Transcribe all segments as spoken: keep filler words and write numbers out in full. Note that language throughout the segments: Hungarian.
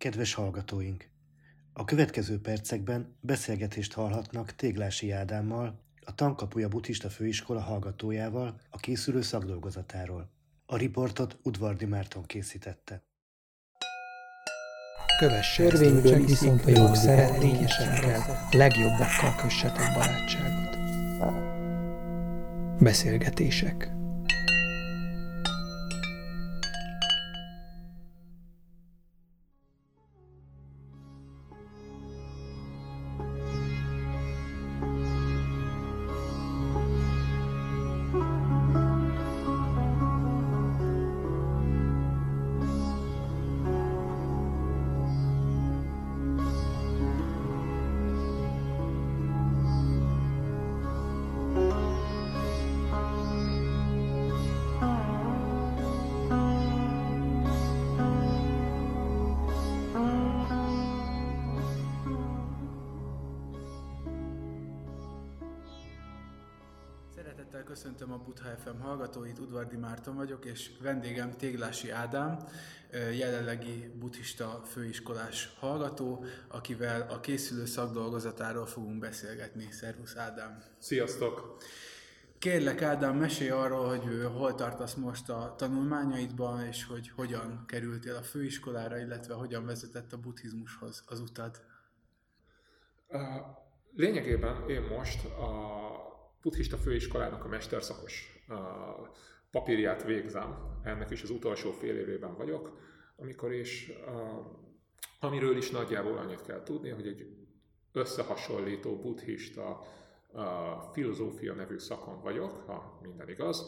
Kedves hallgatóink! A következő percekben beszélgetést hallhatnak Téglási Ádámmal, a Tankapuja Buddhista Főiskola hallgatójával a készülő szakdolgozatáról. A riportot Udvardy Márton készítette. Kövesse törvényből csak viszont a jók szeretényesekkel, legjobbakkal kössetek barátságot. Beszélgetések. Szeretettel köszöntöm a Buddha ef em hallgatóit, Udvardy Márton vagyok, és vendégem Téglási Ádám, jelenlegi buddhista főiskolás hallgató, akivel a készülő szakdolgozatáról fogunk beszélgetni. Szervusz Ádám! Sziasztok! Kérlek Ádám, mesélj arról, hogy hol tartasz most a tanulmányaidban, és hogy hogyan kerültél a főiskolára, illetve hogyan vezetett a buddhizmushoz az utad. Uh, lényegében én most a buddhista főiskolának a mesterszakos uh, papírját végzem, ennek is az utolsó fél évében vagyok, amikor is, uh, amiről is nagyjából annyit kell tudni, hogy egy összehasonlító buddhista uh, filozófia nevű szakon vagyok, ha minden igaz,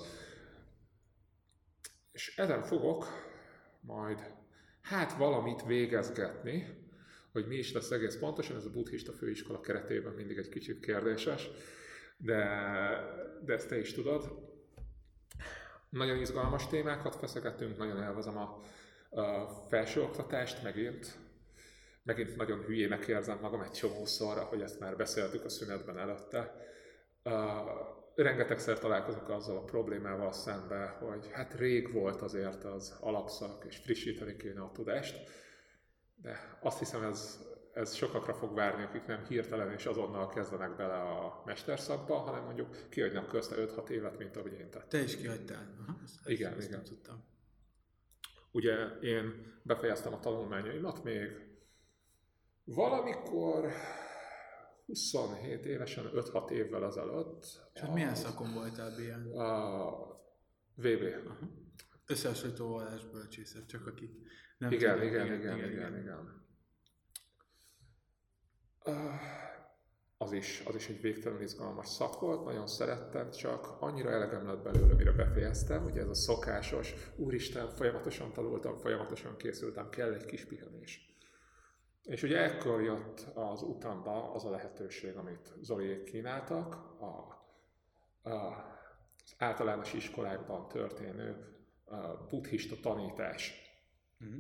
és ezen fogok majd hát valamit végezgetni, hogy mi is lesz egész pontosan, ez a buddhista főiskola keretében mindig egy kicsit kérdéses, De, de ezt te is tudod. Nagyon izgalmas témákat feszegettünk, nagyon élvezem a, a felsőoktatást megint. Megint nagyon hülyének érzem magam egy csomószor, hogy ezt már beszéltük a szünetben előtte. Uh, rengetegszer találkozok azzal a problémával szembe, hogy hát rég volt azért az alapszak, és frissíteni kéne a tudást. De azt hiszem, ez Ez sokakra fog várni, akik nem hirtelen és azonnal kezdenek bele a mesterszakba, hanem mondjuk kihagynak közte öt-hat évet, mint ahogy én tettem. Te is kihagytál? Aha, ezt, igen, ezt igen. Nem tudtam. Ugye én befejeztem a tanulmányaimat még valamikor huszonhét évesen, öt-hat évvel ezelőtt. És hát milyen szakon voltál bé en? A vé bé. Aha. Összehasonlító vallásbölcsészet, csak akik nem igen, tudnak. Igen, igen, igen, igen, igen, igen. Az is, az is egy végtelen izgalmas szak volt, nagyon szerettem, csak annyira elegem lett belőle, mire befejeztem, ugye ez a szokásos, úristen, folyamatosan tanultam, folyamatosan készültem, kell egy kis pihenés. És ugye ekkor jött az utamba az a lehetőség, amit Zoliék kínáltak, a, a, az általános iskolákban történő a buddhista tanítás. Mm.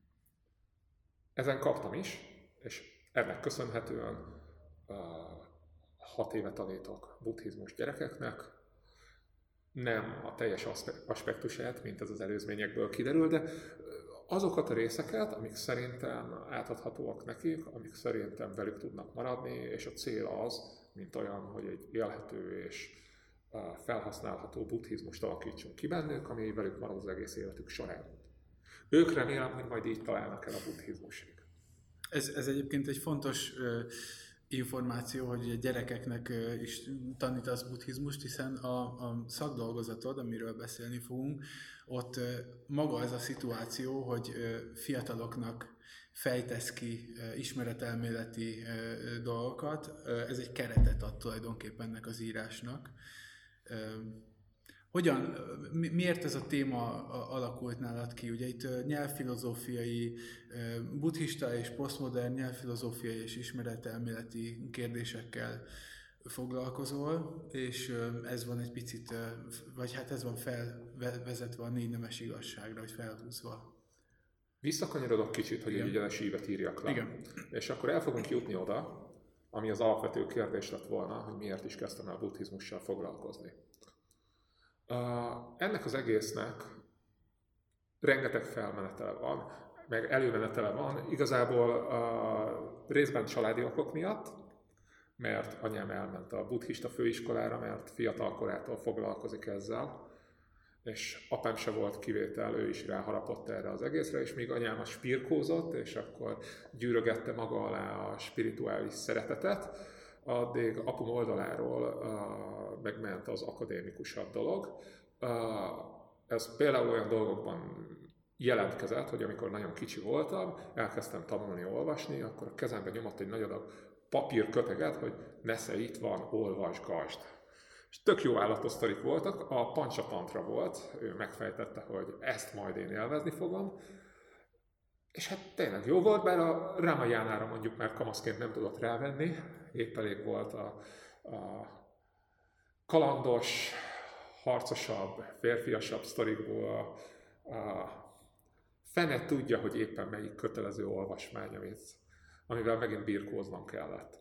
Ezen kaptam is, és ennek köszönhetően uh, hat éve tanítok buddhizmus gyerekeknek. Nem a teljes aspektusát, mint ez az előzményekből kiderül, de azokat a részeket, amik szerintem átadhatóak nekik, amik szerintem velük tudnak maradni, és a cél az, mint olyan, hogy egy élhető és uh, felhasználható buddhizmust alakítsunk ki bennük, ami velük marad az egész életük során. Ők remélem, hogy majd így találnak el a buddhizmusig. Ez, ez egyébként egy fontos uh, információ, hogy a gyerekeknek uh, is tanítasz buddhizmust, hiszen a, a szakdolgozatod, amiről beszélni fogunk, ott uh, maga ez a szituáció, hogy uh, fiataloknak fejtesz ki uh, ismeretelméleti uh, dolgokat, uh, ez egy keretet ad tulajdonképpen ennek az írásnak. Uh, Hogyan, miért ez a téma alakult nálad ki? Ugye itt nyelvfilozófiai, buddhista és posztmodern nyelvfilozófiai és ismeretelméleti kérdésekkel foglalkozol, és ez van egy picit, vagy hát ez van felvezetve a négy nemes igazságra, vagy felhúzva. Visszakanyarodok kicsit, hogy Igen. egy egyenes ívet írjak le. Igen. És akkor el fogunk jutni oda, ami az alapvető kérdés lett volna, hogy miért is kezdtem el buddhizmussal foglalkozni. Uh, ennek az egésznek rengeteg felmenetele van. meg előmenetele van, igazából a részben családi okok miatt, mert anyám elment a buddhista főiskolára, mert fiatal korától foglalkozik ezzel, és apám se volt kivétel, ő is ráharapott erre az egészre, és míg anyám az spirkózott, és akkor gyűrögette maga alá a spirituális szeretetet, addig apum oldaláról uh, megment az akadémikusabb dolog. Uh, ez például olyan dolgokban jelentkezett, hogy amikor nagyon kicsi voltam, elkezdtem tanulni, olvasni, akkor a kezembe nyomott egy nagy adag papírköteget, hogy nesze itt van, olvasgasd. És tök jó állatos voltak, a Pancsatantra volt, ő megfejtette, hogy ezt majd én élvezni fogom, és hát tényleg jó volt, bár a Ramajánára mondjuk már kamaszként nem tudott rávenni, épp elég volt a, a kalandos, harcosabb, férfiasabb sztorikból, a, a fene tudja, hogy éppen melyik kötelező olvasmány, amit, amivel megint birkóznom kellett.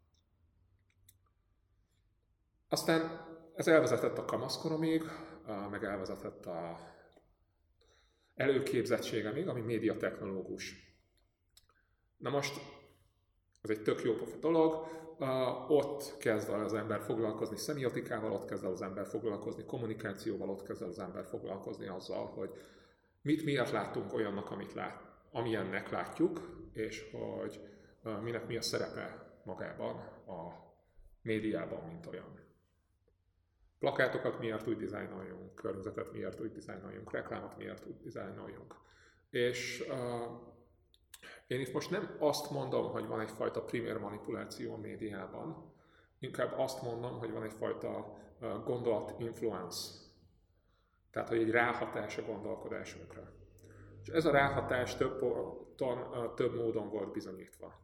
Aztán ez elvezetett a kamaszkoromig, meg elvezetett a előképzettségemig, ami médiatechnológus. Na most, ez egy tök jó pofa dolog, ott kezd az ember foglalkozni szemiotikával, ott kezd az ember foglalkozni kommunikációval, ott kezd az ember foglalkozni azzal, hogy mit miért látunk olyannak, amit lát, amilyennek látjuk, és hogy minek mi a szerepe magában a médiában, mint olyan. Plakátokat miért úgy dizájnoljunk, környezetet miért úgy dizájnoljunk, reklámot miért úgy dizájnoljunk. És uh, én itt most nem azt mondom, hogy van egyfajta primér manipuláció a médiában, inkább azt mondom, hogy van egyfajta uh, gondolat-influence. Tehát, hogy egy ráhatás a gondolkodásunkra. És ez a ráhatás több, ponton, uh, több módon volt bizonyítva.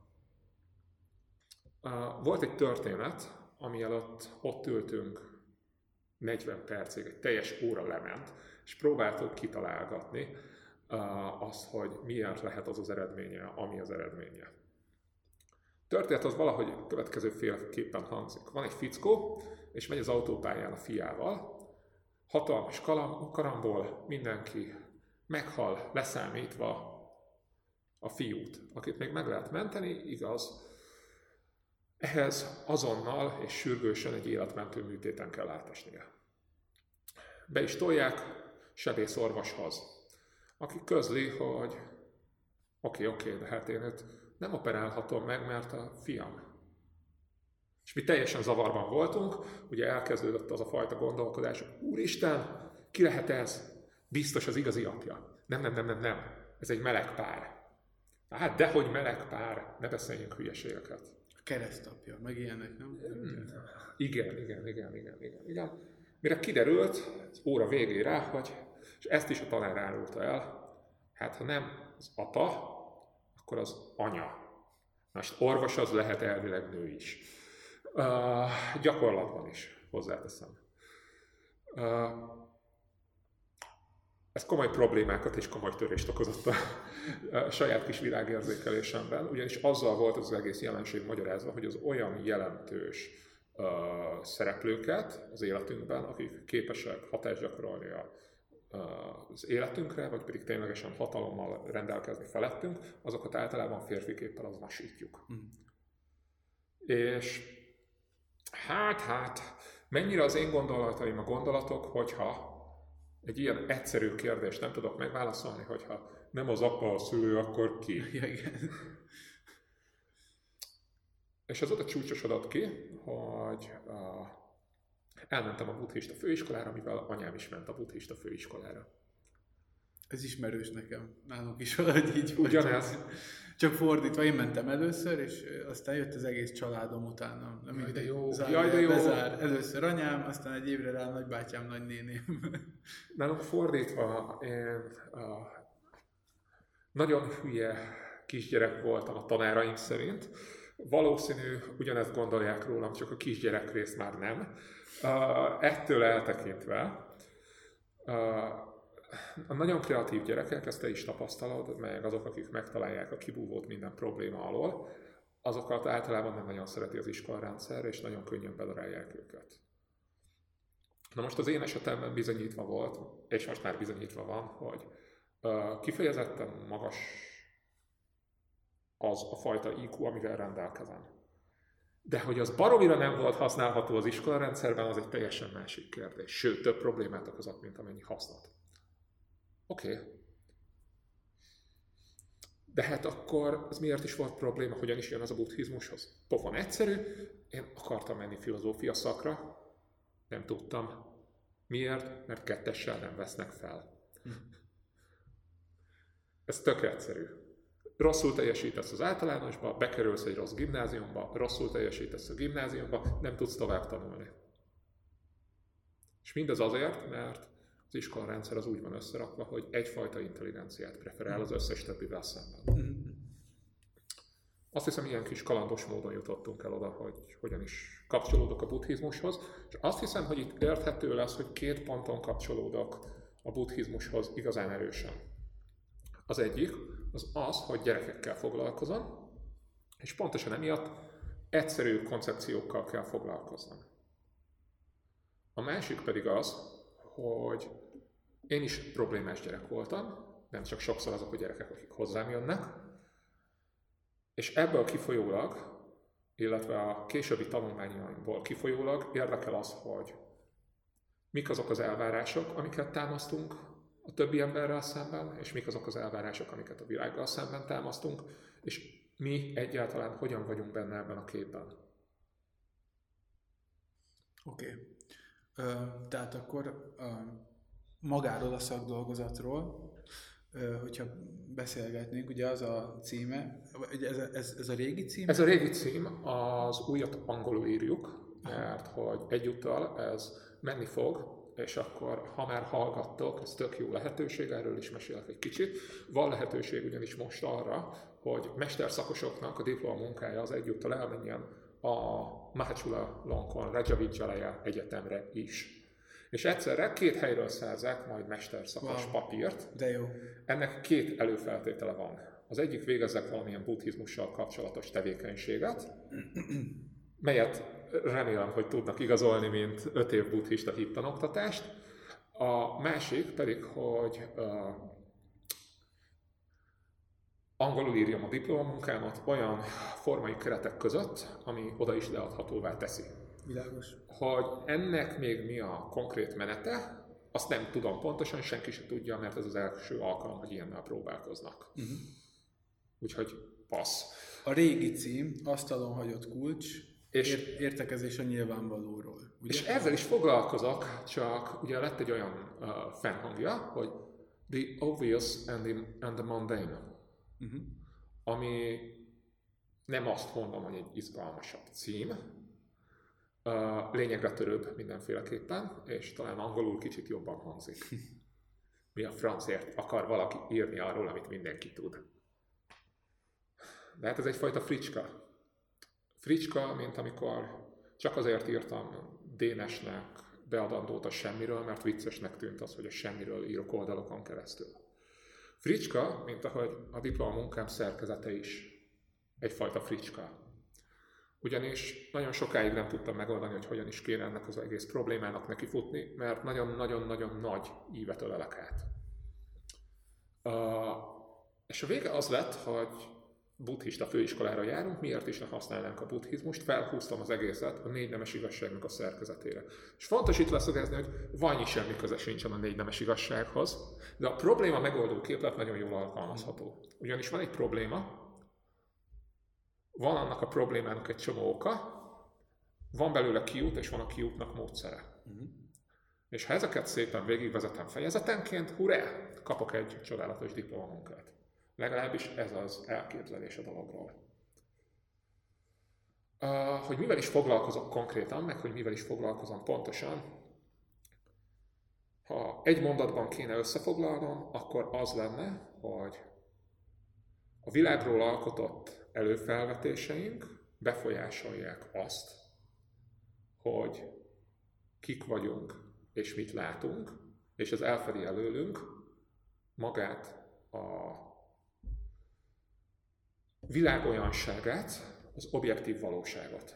Uh, volt egy történet, ami alatt ott ültünk negyven percig, egy teljes óra lement, és próbáltuk kitalálgatni uh, azt, hogy miért lehet az az eredménye, ami az eredménye. Történet az valahogy következőféleképpen hangzik. Van egy fickó, és megy az autópályán a fiával, hatalmas kalam, karambol, mindenki meghal, leszámítva a fiút, akit még meg lehet menteni, igaz. Ehhez azonnal és sürgősen egy életmentő műtéten kell átesnie. Be is tolják sebészorvoshoz, aki közli, hogy oké, oké, de hát én őt nem operálhatom meg, mert a fiam. És mi teljesen zavarban voltunk, ugye elkezdődött az a fajta gondolkodás, hogy úristen, ki lehet ez? Biztos az igazi apja. Nem, nem, nem, nem, nem. Ez egy meleg pár. Hát dehogy meleg pár, ne beszéljünk hülyeségeket. Keresztapja, meg ilyenek, nem? Igen, igen, igen, igen, igen, igen. Mire kiderült az óra végére, hogy, és ezt is a tanár árulta el, hát ha nem az apa, akkor az anya. Most orvos az lehet elvileg nő is. Uh, gyakorlatban is, hozzáteszem. Uh, ez komoly problémákat és komoly törést okozott a, a saját kis világérzékelésemben, ugyanis azzal volt az egész jelenség magyarázva, hogy az olyan jelentős uh, szereplőket az életünkben, akik képesek hatást gyakorolni a, uh, az életünkre, vagy pedig ténylegesen hatalommal rendelkezni felettünk, azokat általában férfiképpel azonosítjuk. Mm. És hát, hát, mennyire az én gondolataim a gondolatok, hogyha egy ilyen egyszerű kérdést nem tudok megválaszolni, hogyha nem az apa a szülő, akkor ki? Ja, igen. És az oda csúcsosodott ki, hogy uh, elmentem a buddhista főiskolára, mivel anyám is ment a buddhista főiskolára. Ez ismerős nekem. Nálunk is valahogy így volt. Ugyanez. Csak fordítva, én mentem először, és aztán jött az egész családom utána. Nem Jaj, de jó. Zár, Jaj, de jó. Bezár. Először anyám, aztán egy évre rá nagybátyám, nagynéném. Nálunk fordítva, én uh, nagyon hülye kisgyerek voltam a tanáraim szerint. Valószínű, ugyanezt gondolják rólam, csak a kisgyerek rész már nem. Uh, ettől eltekintve, uh, a nagyon kreatív gyerekek, ezt te is tapasztalod, meg azok, akik megtalálják a kibúvót minden probléma alól, azokat általában nem nagyon szereti az iskolarendszer, és nagyon könnyen bedarálják őket. Na most az én esetemben bizonyítva volt, és most már bizonyítva van, hogy uh, kifejezetten magas az a fajta í kú, amivel rendelkezem. De hogy az baromira nem volt használható az iskolarendszerben, az egy teljesen másik kérdés. Sőt, több problémát okozott, mint amennyi hasznot. Oké. Okay. De hát akkor az miért is volt probléma, hogyan is jön az a buddhizmushoz? Pofon egyszerű, én akartam menni filozófia szakra, nem tudtam. Miért? Mert kettessel nem vesznek fel. Ez tök egyszerű. Rosszul teljesítesz az általánosba, bekerülsz egy rossz gimnáziumba, rosszul teljesítesz a gimnáziumba, nem tudsz tovább tanulni. És mindez azért, mert az iskolarendszer az úgy van összerakva, hogy egyfajta intelligenciát preferál az összes többivel szemben. Azt hiszem, ilyen kis kalandos módon jutottunk el oda, hogy hogyan is kapcsolódok a buddhizmushoz, és azt hiszem, hogy itt érthető lesz, hogy két ponton kapcsolódok a buddhizmushoz igazán erősen. Az egyik az az, hogy gyerekekkel foglalkozom, és pontosan emiatt egyszerű koncepciókkal kell foglalkoznom. A másik pedig az, hogy én is problémás gyerek voltam, nem csak sokszor azok a gyerekek, akik hozzám jönnek, és ebből kifolyólag, illetve a későbbi tanulmányaimból kifolyólag érdekel az, hogy mik azok az elvárások, amiket támasztunk a többi emberrel szemben, és mik azok az elvárások, amiket a világgal szemben támasztunk, és mi egyáltalán hogyan vagyunk benne ebben a képben. Oké. Okay. Tehát akkor uh, magáról a szakdolgozatról, uh, hogyha beszélgetnénk, ugye az a címe, ez, ez, ez a régi cím? Ez a régi cím, az újat angolul írjuk, mert hogy egyúttal ez menni fog, és akkor, ha már hallgattok, ez tök jó lehetőség, erről is mesélek egy kicsit. Van lehetőség ugyanis most arra, hogy mesterszakosoknak a diplomamunkája az egyúttal elmenjen a Mahachulalongkorn Rajavidyalaya Egyetemre is. És egyszerre két helyről szerzek majd mesterszakos wow. papírt. De jó. Ennek két előfeltétele van. Az egyik végezzek valamilyen buddhizmussal kapcsolatos tevékenységet, melyet remélem, hogy tudnak igazolni, mint öt év buddhista hittanoktatást. A másik pedig, hogy uh, angolul írjam a diplomamunkámat olyan formai keretek között, ami oda is leadhatóvá teszi. Világos. Hogy ennek még mi a konkrét menete, azt nem tudom pontosan, senki sem tudja, mert ez az első alkalom, hogy ilyennel próbálkoznak. Uh-huh. Úgyhogy passz. A régi cím, asztalon hagyott kulcs, és ér- értekezés a nyilvánvalóról. Ugye? És ezzel is foglalkozok, csak ugye lett egy olyan uh, fennhangja, hogy the obvious and the, and the mundane. Uh-huh. Ami nem azt mondom, hogy egy izgalmasabb cím, uh, lényegre törőbb mindenféleképpen, és talán angolul kicsit jobban hangzik. Mi a francért akar valaki írni arról, amit mindenki tud. De hát ez egyfajta fricska. Fricska, mint amikor csak azért írtam Dénesnek beadandót a semmiről, mert viccesnek tűnt az, hogy a semmiről írok oldalokon keresztül. Fricska, mint ahogy a diplomamunkám szerkezete is egyfajta fricska. Ugyanis nagyon sokáig nem tudtam megoldani, hogy hogyan is kéne ennek az egész problémának nekifutni, mert nagyon-nagyon-nagyon nagy ívet ölelek át. Uh, és a vége az lett, hogy buddhista főiskolára járunk, miért is ne használnánk a buddhizmust, felhúztam az egészet a négy nemes igazságnak a szerkezetére. És fontos itt leszögezni, hogy vannyi semmi köze sincsen a négy nemes igazsághoz, de a probléma megoldó képlet nagyon jól alkalmazható. Ugyanis van egy probléma, van annak a problémának egy csomó oka, van belőle kiút, és van a kiútnak módszere. Uh-huh. És ha ezeket szépen végigvezetem fejezetenként, hurrá, kapok egy csodálatos diplomamunkát. Legalábbis ez az elképzelés a dologról. Uh, hogy mivel is foglalkozok konkrétan, meg hogy mivel is foglalkozom pontosan, ha egy mondatban kéne összefoglalnom, akkor az lenne, hogy a világról alkotott előfelvetéseink befolyásolják azt, hogy kik vagyunk és mit látunk, és ez elfedi előlünk magát a világ olyanságát, az objektív valóságot.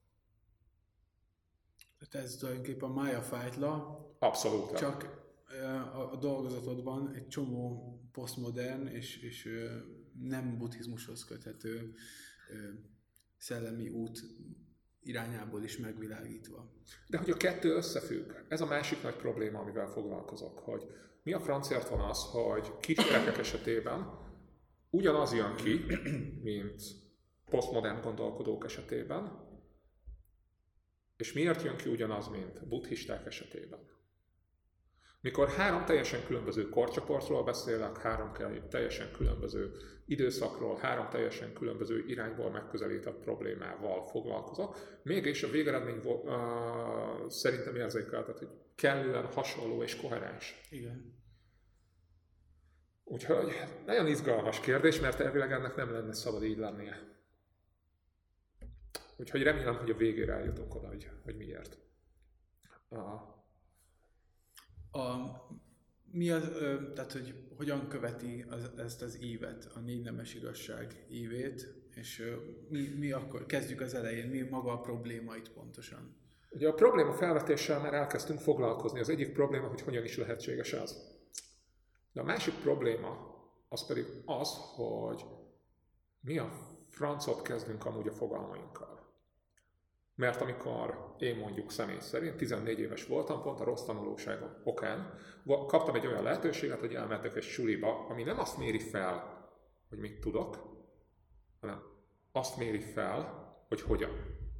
Tehát ez tulajdonképpen Maya Fájtla. Abszolút. Csak a dolgozatodban egy csomó posztmodern és, és nem buddhizmushoz köthető szellemi út irányából is megvilágítva. De hogy a kettő összefügg. Ez a másik nagy probléma, amivel foglalkozok, hogy mi a franciért van az, hogy kisgyerekek esetében ugyanaz jön ki, mint posztmodern gondolkodók esetében, és miért jön ki ugyanaz, mint buddhisták esetében. Mikor három teljesen különböző korcsoportról beszélek, három teljesen különböző időszakról, három teljesen különböző irányból megközelített problémával foglalkozok, mégis a végeredmény uh, szerintem érzékeltet, hogy kellően hasonló és koherens. Igen. Úgyhogy nagyon izgalmas kérdés, mert elvileg ennek nem lenne szabad így lennie. Úgyhogy remélem, hogy a végére eljutunk oda, hogy, hogy miért. Uh, A, mi az, ö, tehát, hogy hogyan követi az, ezt az ívet, a négy nemes igazság ívét, és ö, mi, mi akkor, kezdjük az elején, mi maga a probléma itt pontosan? Ugye a probléma felvetéssel már elkezdtünk foglalkozni. Az egyik probléma, hogy hogyan is lehetséges ez. De a másik probléma az pedig az, hogy mi a francot kezdünk amúgy a fogalmainkkal. Mert amikor én mondjuk személy szerint tizennégy éves voltam, pont a rossz tanulóságom okán, kaptam egy olyan lehetőséget, hogy elmehetek egy suliba, ami nem azt méri fel, hogy mit tudok, hanem azt méri fel, hogy hogyan.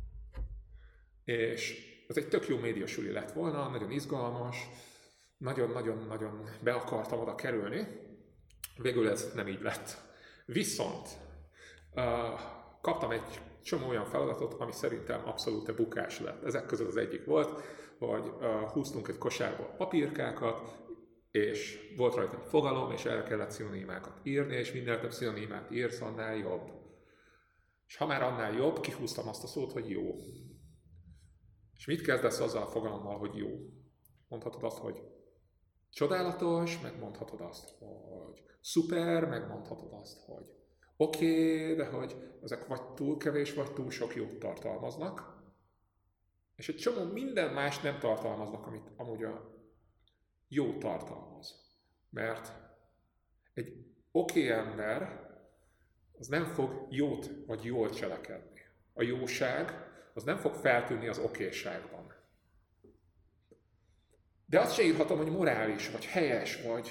És ez egy tök jó média suli lett volna, nagyon izgalmas, nagyon-nagyon-nagyon be akartam oda kerülni, végül ez nem így lett. Viszont uh, kaptam egy csomó olyan feladatot, ami szerintem abszolút bukás lett. Ezek között az egyik volt, hogy uh, húztunk egy kosárba papírkákat, és volt rajta egy fogalom, és erre kellett szinonimákat írni, és minél több szinonimát írsz, annál jobb. És ha már annál jobb, kihúztam azt a szót, hogy jó. És mit kezdesz azzal a fogalommal, hogy jó? Mondhatod azt, hogy csodálatos, megmondhatod azt, hogy szuper, megmondhatod azt, hogy oké, okay, de hogy ezek vagy túl kevés, vagy túl sok jót tartalmaznak. És egy csomó minden más nem tartalmaznak, amit amúgy a jó tartalmaz. Mert egy oké okay ember az nem fog jót vagy jól cselekedni. A jóság az nem fog feltűnni az okéságban. De azt se írhatom, hogy morális, vagy helyes, vagy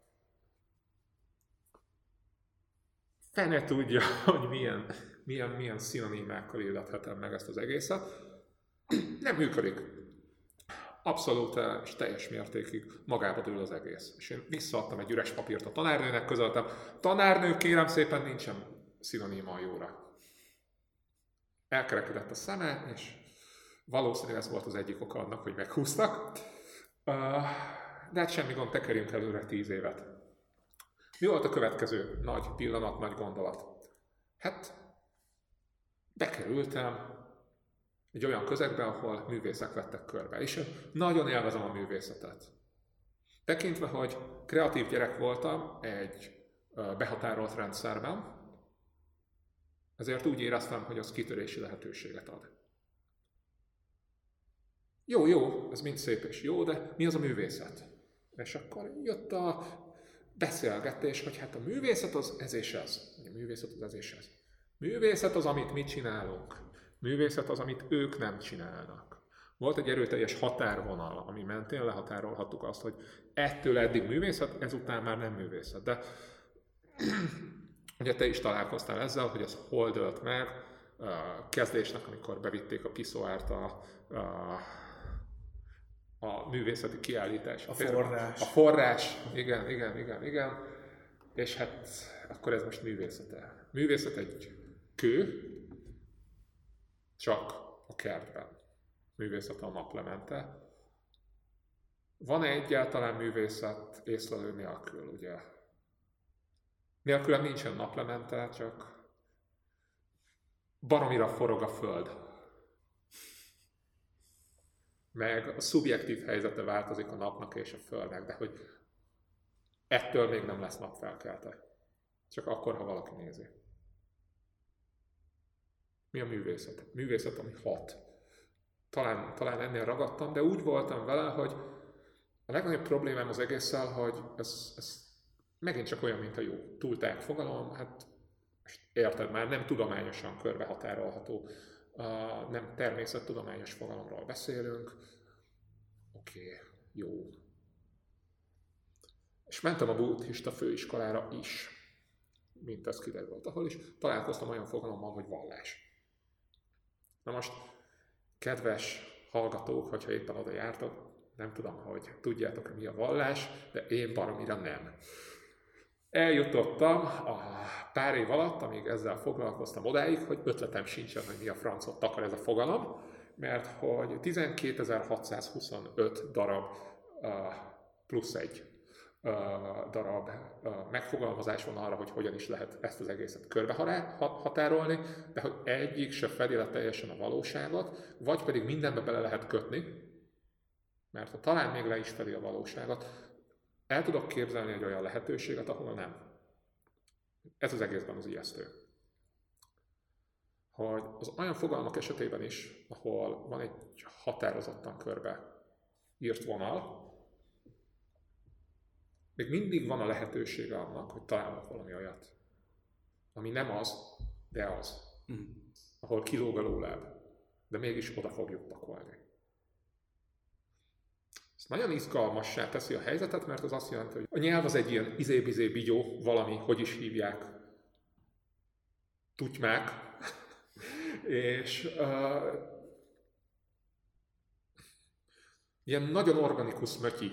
fene tudja, hogy milyen, milyen, milyen szinonimákkal illethetem meg ezt az egészet. Nem működik. Abszolút és teljes mértékig magába dől az egész. És én visszaadtam egy üres papírt a tanárnőnek, közöltem, tanárnő, kérem szépen, nincsen szinoníma a jóra. Elkerekedett a szeme, és valószínűleg ez volt az egyik oka annak, hogy meghúztak. De hát semmi gond, tekerjünk előre tíz évet. Mi volt a következő nagy pillanat, nagy gondolat? Hát bekerültem egy olyan közegbe, ahol művészek vettek körbe, és nagyon élvezem a művészetet. Tekintve, hogy kreatív gyerek voltam egy behatárolt rendszerben, ezért úgy éreztem, hogy az kitörési lehetőséget ad. Jó, jó, ez mind szép és jó, de mi az a művészet? És akkor jött a beszélgetés, hogy hát a művészet az ez és ez. A művészet az ez és ez. Művészet az, amit mi csinálunk. Művészet az, amit ők nem csinálnak. Volt egy erőteljes határvonal, ami mentén lehatárolhattuk azt, hogy ettől eddig művészet, ezután már nem művészet. De ugye te is találkoztál ezzel, hogy ez hol dőlt meg a kezdésnek, amikor bevitték a piszoárt a, a, a művészeti kiállítás. A forrás. A forrás, igen, igen, igen, igen. És hát akkor ez most művészete. Művészet egy kő, csak a kertben. Művészet a naplemente. Van-e egyáltalán művészet észlelő nélkül, ugye? Nélkülem nincsen naplemente, csak baromira forog a föld. Meg a szubjektív helyzete változik a napnak és a földnek, de hogy ettől még nem lesz napfelkelte. Csak akkor, ha valaki nézi. Mi a művészet? Művészet, ami hat. Talán, talán ennél ragadtam, de úgy voltam vele, hogy a legnagyobb problémám az egésszel, hogy ez, ez megint csak olyan, mint a jó túltág fogalom, hát Érted, már nem tudományosan körbehatárolható, uh, nem természettudományos fogalomról beszélünk. Oké, okay, jó. És mentem a buddhista főiskolára is, mint ez kiderült, ahol is találkoztam olyan fogalommal, hogy vallás. Na most, kedves hallgatók, hogyha éppen oda jártok, nem tudom, hogy tudjátok, mi a vallás, de én baromira nem. Eljutottam a pár év alatt, amíg ezzel foglalkoztam odáig, hogy ötletem sincsen, hogy mi a francot akar ez a fogalom, mert hogy tizenkétezer-hatszázhuszonöt darab uh, plusz egy uh, darab uh, megfogalmazás van arra, hogy hogyan is lehet ezt az egészet körbehatárolni, de hogy egyik se fedi le teljesen a valóságot, vagy pedig mindenbe bele lehet kötni, mert ha talán még le is fedi a valóságot, el tudok képzelni egy olyan lehetőséget, ahol nem. Ez az egészben az ijesztő. Hogy az olyan fogalmak esetében is, ahol van egy határozottan körbe írt vonal, még mindig van a lehetősége annak, hogy találnak valami olyat, ami nem az, de az. Mm. Ahol kilóg a lóláb, de mégis oda fogjuk pakolni. Ez nagyon izgalmassá teszi a helyzetet, mert az azt jelenti, hogy a nyelv az egy ilyen izé-bizé bigyó, valami, hogy is hívják, tutymák, és uh, ilyen nagyon organikus mötyi.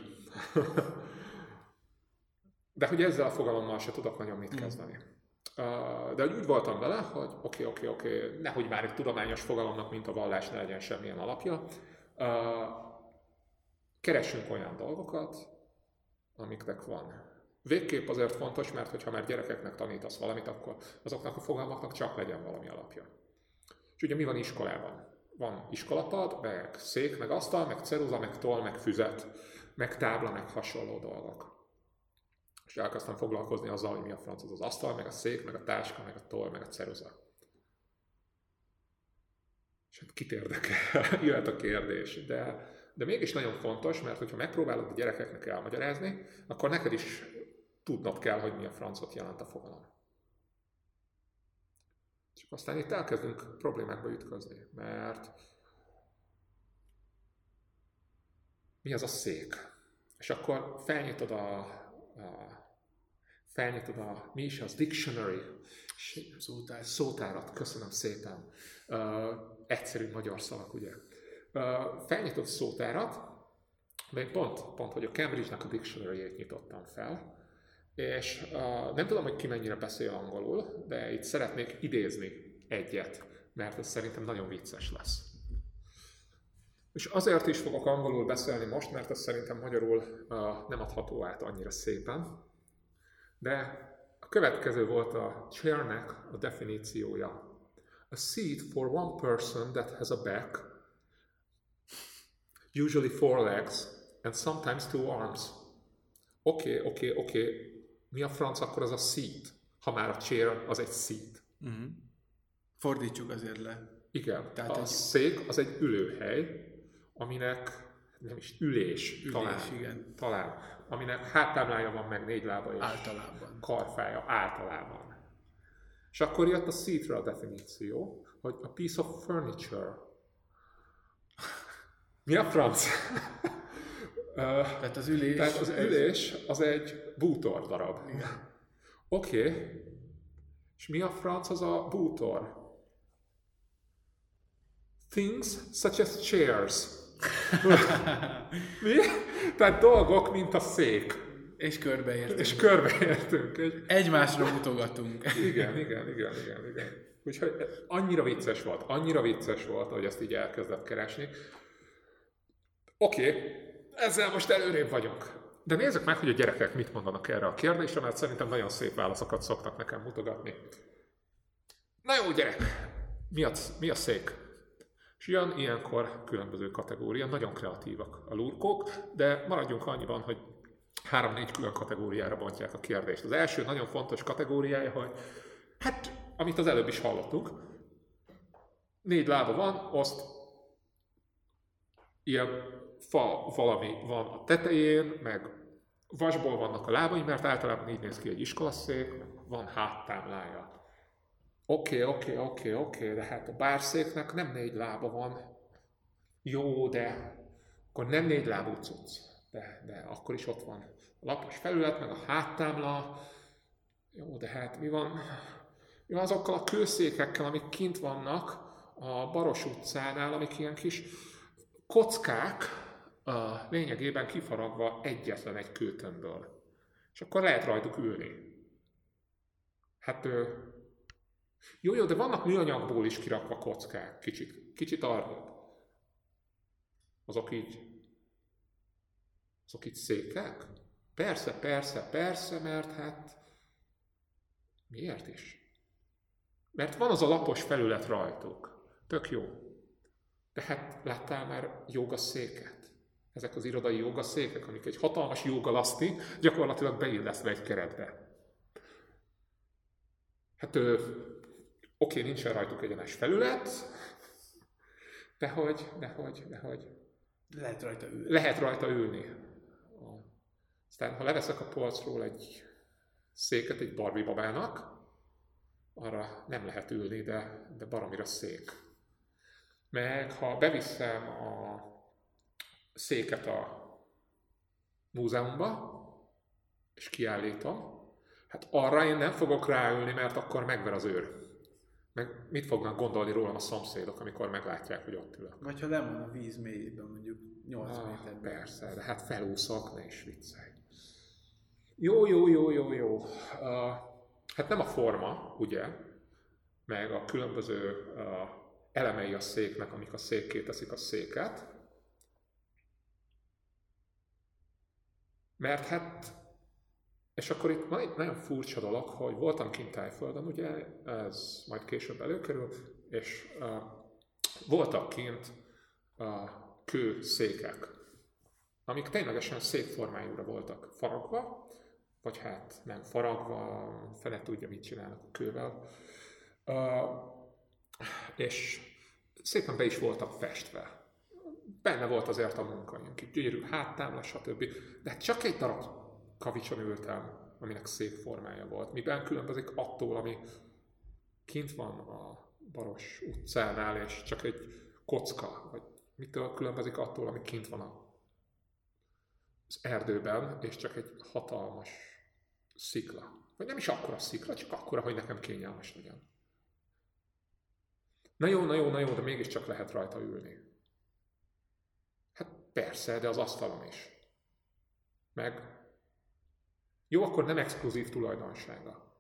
De hogy ezzel a fogalommal se tudok nagyon mit kezdeni. Uh, de úgy voltam vele, hogy oké, oké, oké, nehogy már egy tudományos fogalomnak, mint a vallás, ne legyen semmilyen alapja. Uh, Keressünk olyan dolgokat, amiknek van. Végképp azért fontos, mert hogyha már gyerekeknek tanítasz valamit, akkor azoknak a fogalmaknak csak legyen valami alapja. És ugye mi van iskolában? Van iskolapad, meg szék, meg asztal, meg ceruza, meg toll, meg füzet, meg tábla, meg hasonló dolgok. És elkezdtem foglalkozni azzal, hogy mi a franc az az asztal, meg a szék, meg a táska, meg a toll, meg a ceruza. És hát kit érdekel? Jöhet a kérdés, de... De mégis nagyon fontos, mert hogyha megpróbálod a gyerekeknek elmagyarázni, akkor neked is tudnod kell, hogy mi a francot jelent a fogalom. Csak aztán itt elkezdünk problémákba ütközni, mert mi az a szék? És akkor felnyitod a, a felnyitod a, mi is az dictionary, Szótár. szótárat, köszönöm szépen. Uh, egyszerű magyar szavak, ugye? Uh, felnyitott szótárat, de pont, pont, hogy a Cambridge-nak a dictionary-ét nyitottam fel, és uh, nem tudom, hogy ki mennyire beszél angolul, de itt szeretnék idézni egyet, mert ez szerintem nagyon vicces lesz. És azért is fogok angolul beszélni most, mert ez szerintem magyarul uh, nem adható át annyira szépen, de a következő volt a chairnek a definíciója. A seat for one person that has a back, usually four legs, and sometimes two arms. Oké, okay, oké, okay, oké. Okay. Mi a franc akkor az a seat? Ha már a chair az egy seat. Uh-huh. Fordítsuk azért le. Igen. Tehát a egy... szék az egy ülőhely, aminek nem is ülés, ülés talán, igen. talán, aminek háttáblája van, meg négy lába és általában. Karfája általában. És akkor jött a seatra a definíció, hogy a piece of furniture. Mi a franc? Tehát az ülés... Tehát az ülés az egy bútor darab. Oké. Okay. És mi a franc az a bútor? Things such as chairs. Mi? Tehát dolgok, mint a szék. És körbeértünk. És körbeértünk. Egymásra mutogatunk. Igen, igen, igen, igen, igen. Úgyhogy annyira vicces volt, annyira vicces volt, hogy ezt így elkezdett keresni. Oké, okay, ezzel most előrébb vagyunk. De nézzük meg, hogy a gyerekek mit mondanak erre a kérdésre, mert szerintem nagyon szép válaszokat szoktak nekem mutogatni. Na jó, gyerek! Mi a, mi a szék? És jön ilyenkor különböző kategória, nagyon kreatívak a lurkók, de maradjunk annyiban, hogy három-négy külön kategóriára bontják a kérdést. Az első nagyon fontos kategóriája, hogy hát, amit az előbb is hallottuk, négy lába van, azt ilyen fa valami van a tetején, meg vasból vannak a lábai, mert általában így néz ki egy iskolaszék, van háttámlája. Oké, oké, oké, oké, de hát a bárszéknek nem négy lába van. Jó, de akkor nem négy lábú cucc. De, de akkor is ott van a lapos felület, meg a háttámla. Jó, de hát mi van, mi van azokkal a kőszékekkel, amik kint vannak a Baros utcánál, amik ilyen kis kockák, a lényegében kifaragva egyetlen egy kőtömbből. És akkor lehet rajtuk ülni. Hát, jó, jó, de vannak műanyagból is kirakva kockák, kicsit, kicsit arrébb. Azok így, azok így székek? Persze, persze, persze, mert hát, miért is? Mert van az a lapos felület rajtuk. Tök jó. De hát láttál már jogaszéket? Ezek az irodai jogaszékek, amik egy hatalmas jogalaszti gyakorlatilag beillesztve egy keretbe. Hát ö, oké, nincsen rajtuk egyenes felület, de hogy, de hogy, de hogy. Lehet rajta ülni. Lehet rajta ülni. Aztán, ha leveszek a polcról egy széket egy Barbie babának, arra nem lehet ülni, de, de baromira szék. Meg ha beviszem a széket a múzeumba, és kiállítom, hát arra én nem fogok ráülni, mert akkor megver az őr. Meg mit fognak gondolni rólam a szomszédok, amikor meglátják, hogy ott ülök? Vagy ha lemon a víz mélyében, mondjuk nyolc ah, méterben. Persze, de hát felúszok, ne is viccelj. Jó, jó, jó, jó, jó. Uh, hát nem a forma, ugye? Meg a különböző uh, elemei a széknek, amik a székké teszik a széket. Mert hát, és akkor itt van egy nagyon furcsa dolog, hogy voltam kint Tájföldön, ugye, ez majd később előkerül, és uh, voltak kint uh, kőszékek, amik ténylegesen székformájúra voltak faragva, vagy hát nem faragva, fele tudja, mit csinálnak a kővel. Uh, és szépen be is voltak festve. Benne volt azért a munka, ilyen kis gyönyörű háttámla, stb. De csak egy darab kavicson ültem, aminek szép formája volt. Miben különbözik attól, ami kint van a Baros utcánál, és csak egy kocka, vagy mitől különbözik attól, ami kint van az erdőben, és csak egy hatalmas szikla. Vagy nem is akkora szikla, csak akkora, hogy nekem kényelmes legyen. Na jó, na jó, na jó, de mégiscsak lehet rajta ülni. Hát persze, de az asztalon is. Meg jó, akkor nem exkluzív tulajdonsága.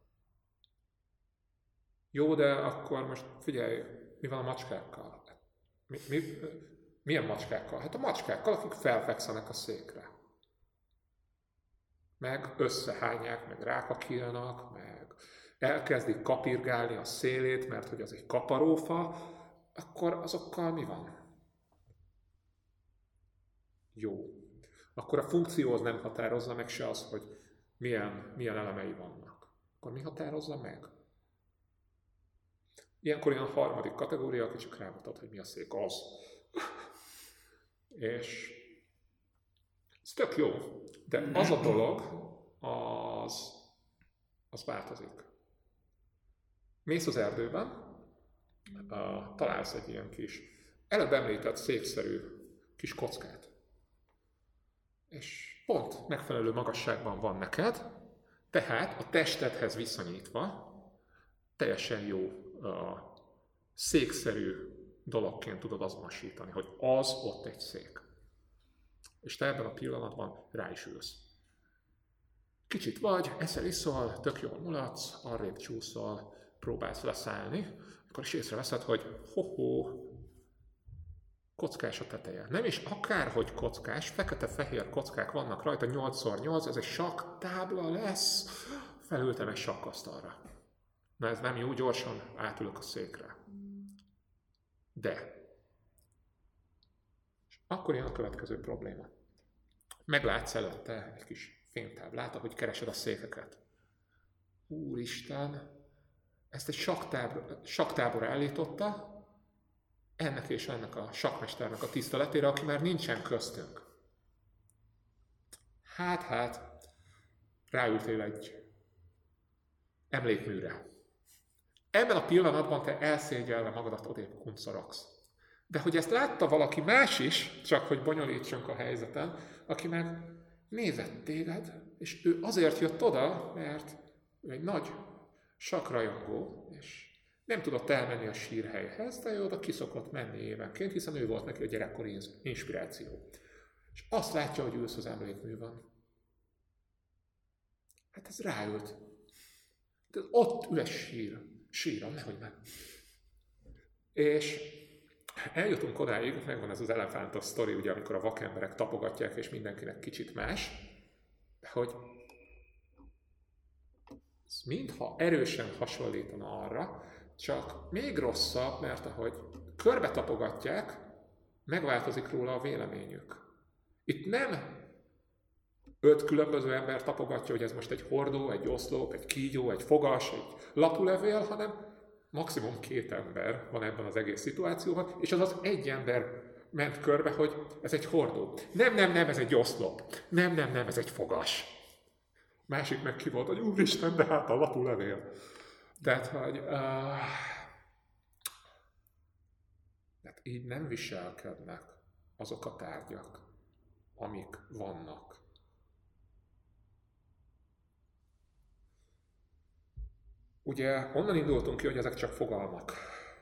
Jó, de akkor most figyelj, mi van a macskákkal? Mi, mi, milyen macskákkal? Hát a macskákkal, akik felfekszenek a székre. Meg összehányják, meg rákakilnak, meg elkezdik kapirgálni a szélét, mert hogy az egy kaparófa, akkor azokkal mi van? Jó. Akkor a funkcióhoz nem határozza meg se az, hogy milyen, milyen elemei vannak. Akkor mi határozza meg? Ilyenkor ilyen a harmadik kategória, aki csak rámutat, hogy mi a szék az. És ez tök jó, de az a dolog, az, az változik. Mész az erdőben, uh, találsz egy ilyen kis, előbb említett székszerű kis kockát. És pont megfelelő magasságban van neked, tehát a testedhez viszonyítva teljesen jó uh, székszerű dologként tudod azonosítani, hogy az ott egy szék. És te ebben a pillanatban rá is ülsz. Kicsit vagy, eszel, iszol, tök jól mulatsz, arrébb csúszol, próbálsz leszállni, akkor is észreveszed, hogy ho-ho, kockás a teteje. Nem is akárhogy kockás, fekete-fehér kockák vannak rajta, nyolc szor nyolc, ez egy saktábla lesz. Felültem egy sakkasztalra. Na ez nem jó, gyorsan átülök a székre. De. És akkor jön a következő probléma. Meglátsz előtte egy kis fénytáblát, ahogy keresed a székeket. Úristen, ezt egy saktábor, saktábor állította, ennek és ennek a sakkmesternek a tiszteletére, aki már nincsen köztünk. Hát, hát, ráültél egy emlékműre. Ebben a pillanatban te elszégyelve magadat odébb kuncorogsz. De hogy ezt látta valaki más is, csak hogy bonyolítsunk a helyzeten, aki meg nézett téged, és ő azért jött oda, mert ő egy nagy sakrajongó, és nem tudott elmenni a sírhelyhez, de ő oda kiszokott menni évenként, hiszen ő volt neki a gyerekkori inspiráció. És azt látja, hogy ülsz az emlékművön. Hát ez ráült. De ott üres sír. Síron, nehogy meg. És eljutunk odáig, megvan ez az elefántos sztori, ugye, amikor a vakemberek tapogatják, és mindenkinek kicsit más, hogy ez mintha erősen hasonlítana arra, csak még rosszabb, mert ahogy körbe tapogatják, megváltozik róla a véleményük. Itt nem öt különböző ember tapogatja, hogy ez most egy hordó, egy oszlop, egy kígyó, egy fogas, egy lapulevél, hanem maximum két ember van ebben az egész szituációban, és az az egy ember ment körbe, hogy ez egy hordó. Nem, nem, nem, ez egy oszlop. Nem, nem, nem, ez egy fogas. Másik meg ki volt, hogy úristen, de hát a lapulevél. Tehát, hogy uh, tehát így nem viselkednek azok a tárgyak, amik vannak. Ugye onnan indultunk ki, hogy ezek csak fogalmak.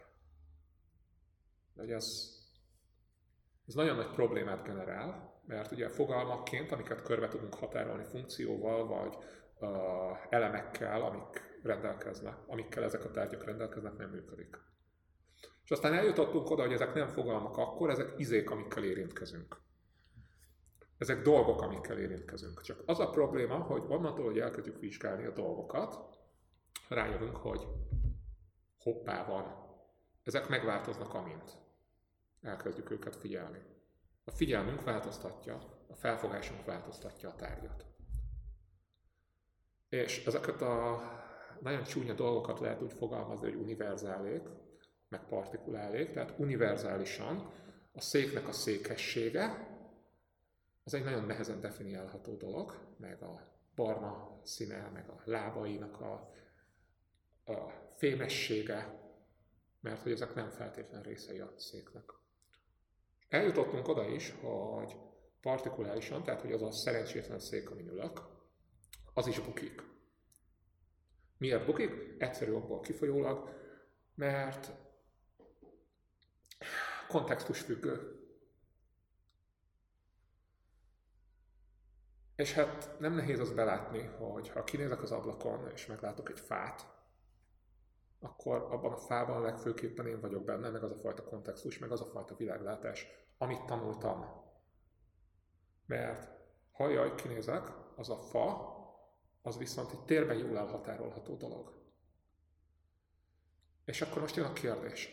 Hogy ez, ez nagyon nagy problémát generál, mert ugye fogalmakként, amiket körbe tudunk határolni funkcióval, vagy uh, elemekkel, amik rendelkeznek, amikkel ezek a tárgyak rendelkeznek, nem működik. És aztán eljutottunk oda, hogy ezek nem fogalmak akkor, ezek izék, amikkel érintkezünk. Ezek dolgok, amikkel érintkezünk. Csak az a probléma, hogy onnantól, hogy elkezdjük vizsgálni a dolgokat, rájövünk, hogy hoppá van. Ezek megváltoznak amint. Elkezdjük őket figyelni. A figyelmünk változtatja, a felfogásunk változtatja a tárgyat. És ezeket a nagyon csúnya dolgokat lehet úgy fogalmazni, hogy univerzálék, meg partikulálék, tehát univerzálisan a széknek a székessége, az egy nagyon nehezen definiálható dolog, meg a barna színe, meg a lábainak a, a fémessége, mert hogy ezek nem feltétlen részei a széknek. Eljutottunk oda is, hogy partikulálisan, tehát hogy az a szerencsétlen szék, amin ülök, az is bukik. Miért bukik? Egyszerű okból kifolyólag, mert kontextus függő. És hát nem nehéz az belátni, hogy ha kinézek az ablakon és meglátok egy fát, akkor abban a fában legfőképpen én vagyok benne, meg az a fajta kontextus, meg az a fajta világlátás, amit tanultam. Mert ha jaj, kinézek, az a fa, az viszont egy térben jól elhatárolható dolog. És akkor most jön a kérdés.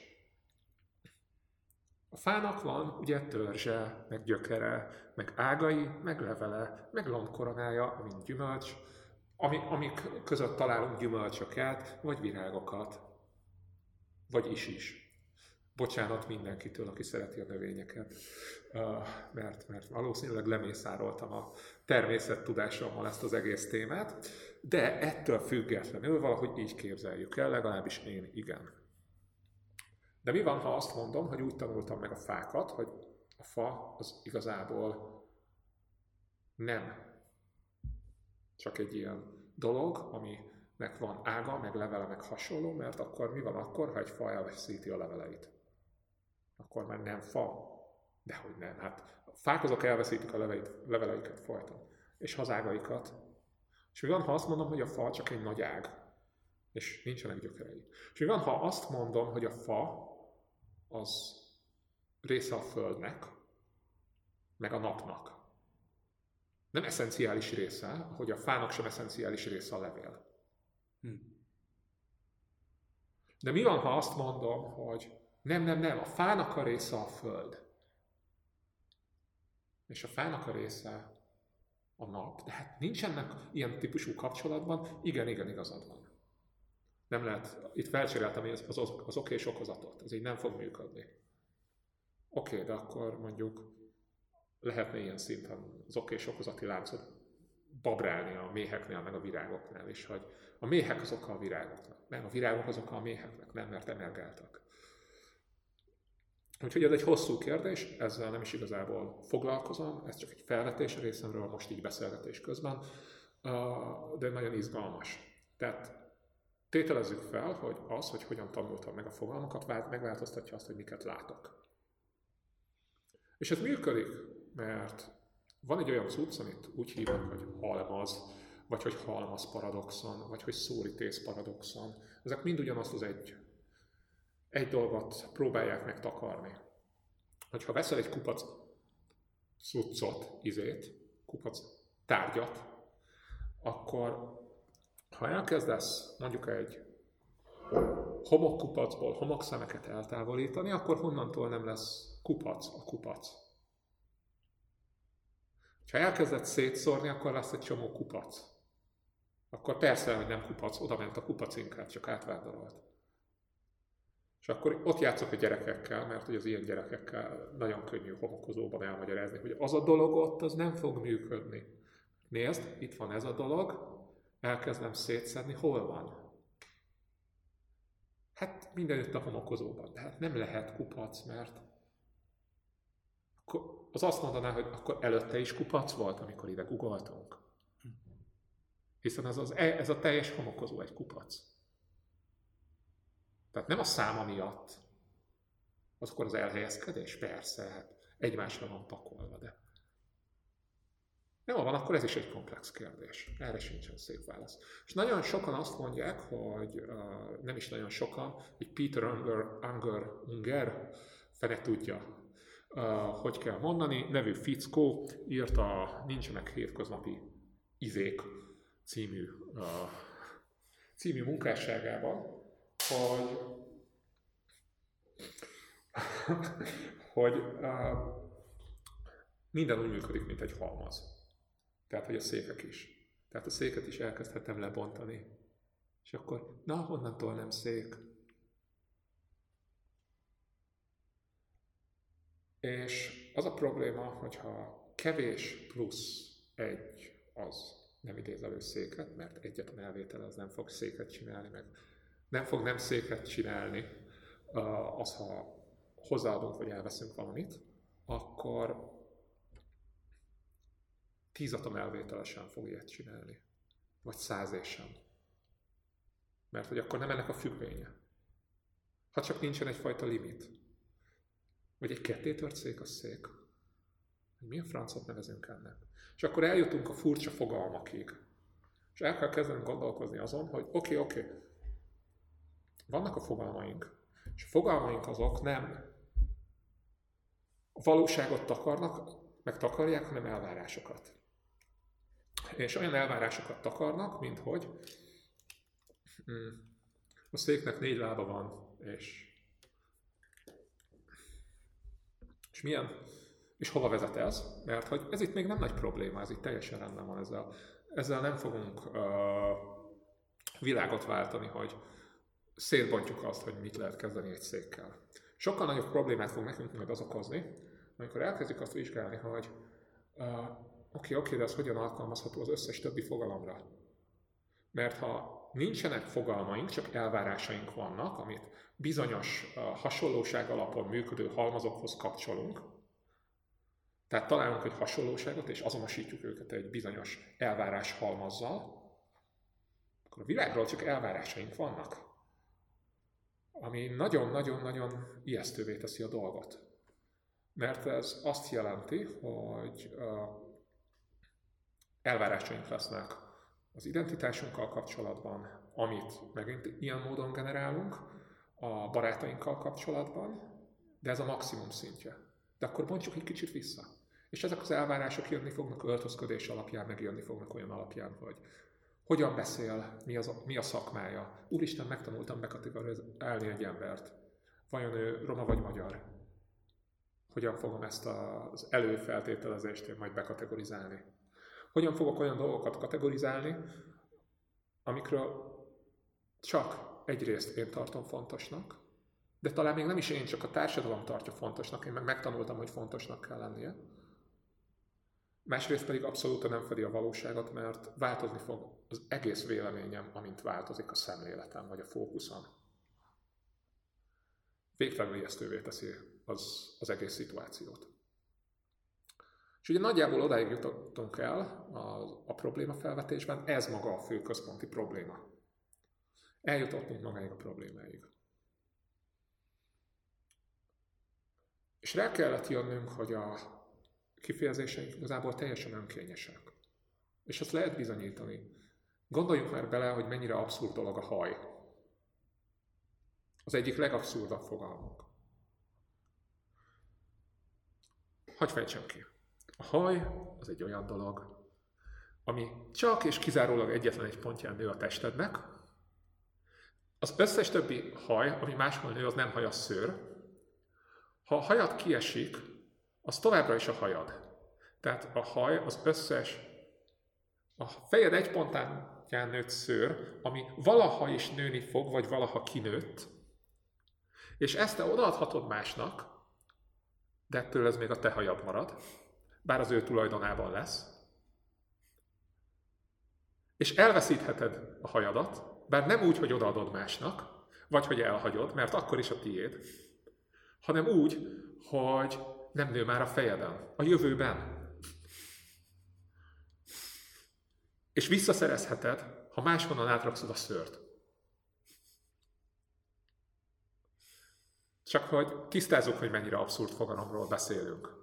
A fának van ugye törzse, meg gyökere, meg ágai, meg levele, meg lombkoronája, mint gyümölcs, ami, amik között találunk gyümölcsöket, vagy virágokat, vagy is-is. Bocsánat mindenkitől, aki szereti a növényeket, mert, mert valószínűleg lemészároltam a természettudásommal ezt az egész témát, de ettől függetlenül valahogy így képzeljük el, legalábbis én igen. De mi van, ha azt mondom, hogy úgy tanultam meg a fákat, hogy a fa az igazából nem csak egy ilyen dolog, aminek van ága, meg levele, meg hasonló, mert akkor mi van akkor, ha egy fa elveszíti a leveleit? Akkor már nem fa. Dehogy nem. Hát a fák azok elveszítik a leveleit, leveleiket folyton. És az ágaikat. És mi van, ha azt mondom, hogy a fa csak egy nagy ág, és nincsenek gyökerei? És mi van, ha azt mondom, hogy a fa az része a Földnek, meg a napnak. Nem eszenciális része, hogy a fának sem eszenciális része a levél. Hm. De mi van, ha azt mondom, hogy nem, nem, nem, a fának a része a Föld. És a fának a része a nap. De hát nincsenek ilyen típusú kapcsolatban. Igen, igen, igazad van. Nem lehet, itt felcseréltem az, az, az oké és okozatot, ez így nem fog működni. Oké, okay, de akkor mondjuk lehetne ilyen szinten az oké és okozati láncot babrálni a méheknél, meg a virágoknál is, hogy a méhek az oka a virágoknak. Nem, a virágok az oka a méheknek, nem, mert emelgáltak. Úgyhogy ez egy hosszú kérdés, ezzel nem is igazából foglalkozom, ez csak egy felvetés a részemről most így beszélgetés közben, de nagyon izgalmas. Tehát tételezzük fel, hogy az, hogy hogyan tanultam meg a fogalmakat, megváltoztatja azt, hogy miket látok. És ez működik, mert van egy olyan cucc, amit úgy hívnak, hogy halmaz, vagy hogy halmaz paradoxon, vagy hogy szóritész paradoxon. Ezek mind ugyanazt az egy, egy dolgot próbálják meg takarni. Hogyha veszel egy kupac cuccot, izét, kupac tárgyat, akkor ha elkezdesz mondjuk egy homokkupacból homokszemeket eltávolítani, akkor honnantól nem lesz kupac a kupac. Ha elkezded szétszórni, akkor lesz egy csomó kupac. Akkor persze, hogy nem kupac, oda ment a kupac inkább, csak átvándorolt. És akkor ott játszok a gyerekekkel, mert hogy az ilyen gyerekekkel nagyon könnyű homokozóban elmagyarázni, hogy az a dolog ott, az nem fog működni. Nézd, itt van ez a dolog, elkezdem szétszedni, hol van? Hát mindenütt a homokozóban, de hát nem lehet kupac, mert akkor az azt mondaná, hogy akkor előtte is kupac volt, amikor ide googoltunk. Hiszen ez, az, ez a teljes homokozó egy kupac. Tehát nem a száma miatt. Az akkor az elhelyezkedés? Persze, hát egymásra van pakolva, de nem van, akkor ez is egy komplex kérdés. Erre sincsen szép válasz. És nagyon sokan azt mondják, hogy uh, nem is nagyon sokan, hogy Peter Unger, Unger, Unger fene tudja, uh, hogy kell mondani, nevű fickó írt a Nincsenek hétköznapi izék című, uh, című munkásságában, hogy, hogy uh, minden úgy működik, mint egy halmaz. Tehát, hogy a székek is. Tehát a széket is elkezdhetem lebontani. És akkor, na, honnantól nem szék? És az a probléma, hogyha kevés plusz egy, az nem idéz elő széket, mert egyetlen elvétel az nem fog széket csinálni, meg nem fog nem széket csinálni, az, ha hozzáadunk, vagy elveszünk valamit, akkor tíz atom elvételesen fog ilyet csinálni. Vagy száz és sem. Mert hogy akkor nem ennek a függvénye. Ha csak nincsen egyfajta limit. Vagy egy kettétört szék, az szék. Milyen francot nevezünk ennek? És akkor eljutunk a furcsa fogalmakig. És el kell kezdenünk gondolkozni azon, hogy oké, okay, oké, okay, vannak a fogalmaink. És a fogalmaink azok nem a valóságot takarnak, meg takarják, hanem elvárásokat. És olyan elvárásokat takarnak, mint hogy a széknek négy lába van, és, és milyen, és hova vezet ez? Mert hogy ez itt még nem nagy probléma, ez itt teljesen rendben van ezzel. Ezzel nem fogunk uh, világot váltani, hogy szétbontjuk azt, hogy mit lehet kezdeni egy székkel. Sokkal nagyobb problémát fog nekünk majd az okozni, amikor elkezdjük azt vizsgálni, hogy uh, oké, okay, oké, okay, de ez hogyan alkalmazható az összes többi fogalomra. Mert ha nincsenek fogalmaink, csak elvárásaink vannak, amit bizonyos uh, hasonlóság alapon működő halmazokhoz kapcsolunk, tehát találunk egy hasonlóságot, és azonosítjuk őket egy bizonyos elvárás halmazzal, akkor a világról csak elvárásaink vannak, ami nagyon-nagyon-nagyon ijesztővé teszi a dolgot. Mert ez azt jelenti, hogy uh, elvárásaink lesznek az identitásunkkal kapcsolatban, amit megint ilyen módon generálunk, a barátainkkal kapcsolatban, de ez a maximum szintje. De akkor bontjuk egy kicsit vissza. És ezek az elvárások jönni fognak öltözködés alapján, meg jönni fognak olyan alapján, hogy hogyan beszél, mi, az, mi a szakmája. Úristen, megtanultam bekategorizálni egy embert. Vajon ő roma vagy magyar? Hogyan fogom ezt az előfeltételezést én majd bekategorizálni? Hogyan fogok olyan dolgokat kategorizálni, amikről csak egyrészt én tartom fontosnak, de talán még nem is én, csak a társadalom tartja fontosnak, én meg megtanultam, hogy fontosnak kell lennie. Másrészt pedig abszolút nem fedi a valóságot, mert változni fog az egész véleményem, amint változik a szemléletem, vagy a fókuszom. Végtelenül ijesztővé teszi az, az egész szituációt. És ugye nagyjából odáig jutottunk el a, a probléma felvetésben, ez maga a fő központi probléma. Eljutottunk magáig a problémáig. És rá kellett jönnünk, hogy a kifejezéseink igazából teljesen önkényesek. És ezt lehet bizonyítani. Gondoljunk már bele, hogy mennyire abszurd dolog a haj. Az egyik legabszurdabb fogalmunk. Hadd fejtsem ki. A haj az egy olyan dolog, ami csak és kizárólag egyetlen egy pontján nő a testednek. Az összes többi haj, ami máshol nő, az nem haj, az szőr. Ha a hajad kiesik, az továbbra is a hajad. Tehát a haj az összes, a fejed egy pontán nőtt szőr, ami valaha is nőni fog, vagy valaha kinőtt, és ezt te odaadhatod másnak, de ettől ez még a te hajad marad, bár az ő tulajdonában lesz, és elveszítheted a hajadat, bár nem úgy, hogy odaadod másnak, vagy hogy elhagyod, mert akkor is a tiéd, hanem úgy, hogy nem nő már a fejeden, a jövőben. És visszaszerezheted, ha máshonnan átrakszod a szőrt. Csak hogy tisztázzuk, hogy mennyire abszurd fogalomról beszélünk.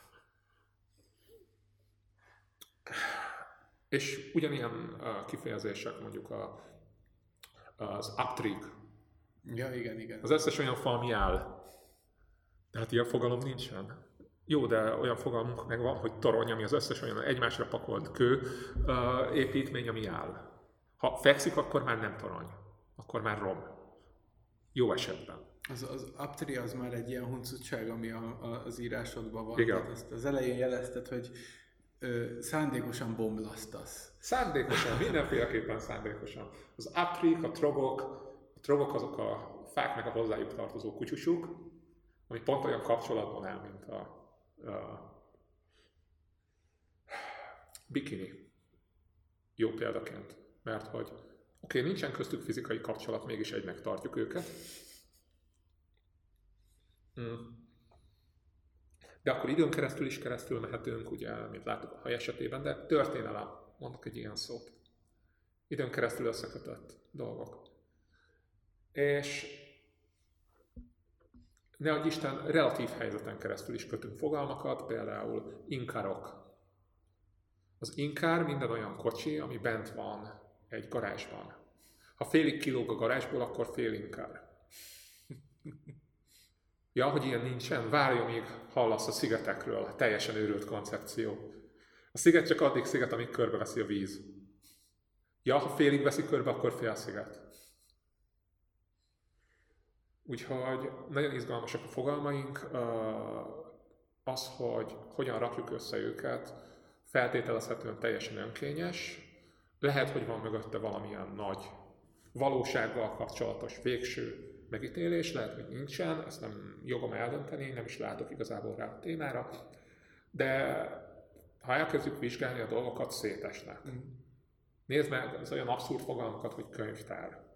És ugyanilyen kifejezések mondjuk a, az uptrig. Ja, igen, igen. Az összes olyan fa, ami áll. Tehát ilyen fogalom nincsen. Jó, de olyan fogalmunk meg van, hogy torony, ami az összes olyan egymásra pakolt kő uh, építmény, ami áll. Ha fekszik, akkor már nem torony. Akkor már rom. Jó esetben. Az, az uptree az már egy ilyen huncutság, ami a, a, az írásodban van. Igen. Ezt az elején jelezted, hogy ö, szándékosan bomblasztasz. Szándékosan, mindenféleképpen szándékosan. Az uptree, a trogok, a trogok azok a fák meg a hozzájuk tartozó kutyusuk, ami pont olyan kapcsolatban áll, mint a, a bikini. Jó példaként. Mert hogy oké, okay, nincsen köztük fizikai kapcsolat, mégis egynek tartjuk őket. Hmm. De akkor időn keresztül is keresztül mehetünk, ugye, mint láttuk a haj esetében, de történelem, mondok egy ilyen szót. Időn keresztül összekötött dolgok. És nehogy Isten, relatív helyzeten keresztül is kötünk fogalmakat, például inkárok. Az inkár minden olyan kocsi, ami bent van egy garázsban. Ha félig kilóg a garázsból, akkor fél inkár. Ja, hogy ilyen nincsen? Várjon, míg hallasz a szigetekről. Teljesen őrült koncepció. A sziget csak addig sziget, amíg körbeveszi a víz. Ja, ha félig veszi körbe, akkor fél sziget. Úgyhogy nagyon izgalmasak a fogalmaink. Az, hogy hogyan rakjuk össze őket, feltételezhetően teljesen önkényes. Lehet, hogy van mögötte valamilyen nagy valósággal kapcsolatos végső megítélés, lehet, hogy nincsen, ezt nem jogom eldönteni, nem is látok igazából rá a témára, de ha elkezdjük vizsgálni a dolgokat, szétesnek. Mm. Nézd meg az olyan abszurd fogalmakat, hogy könyvtár.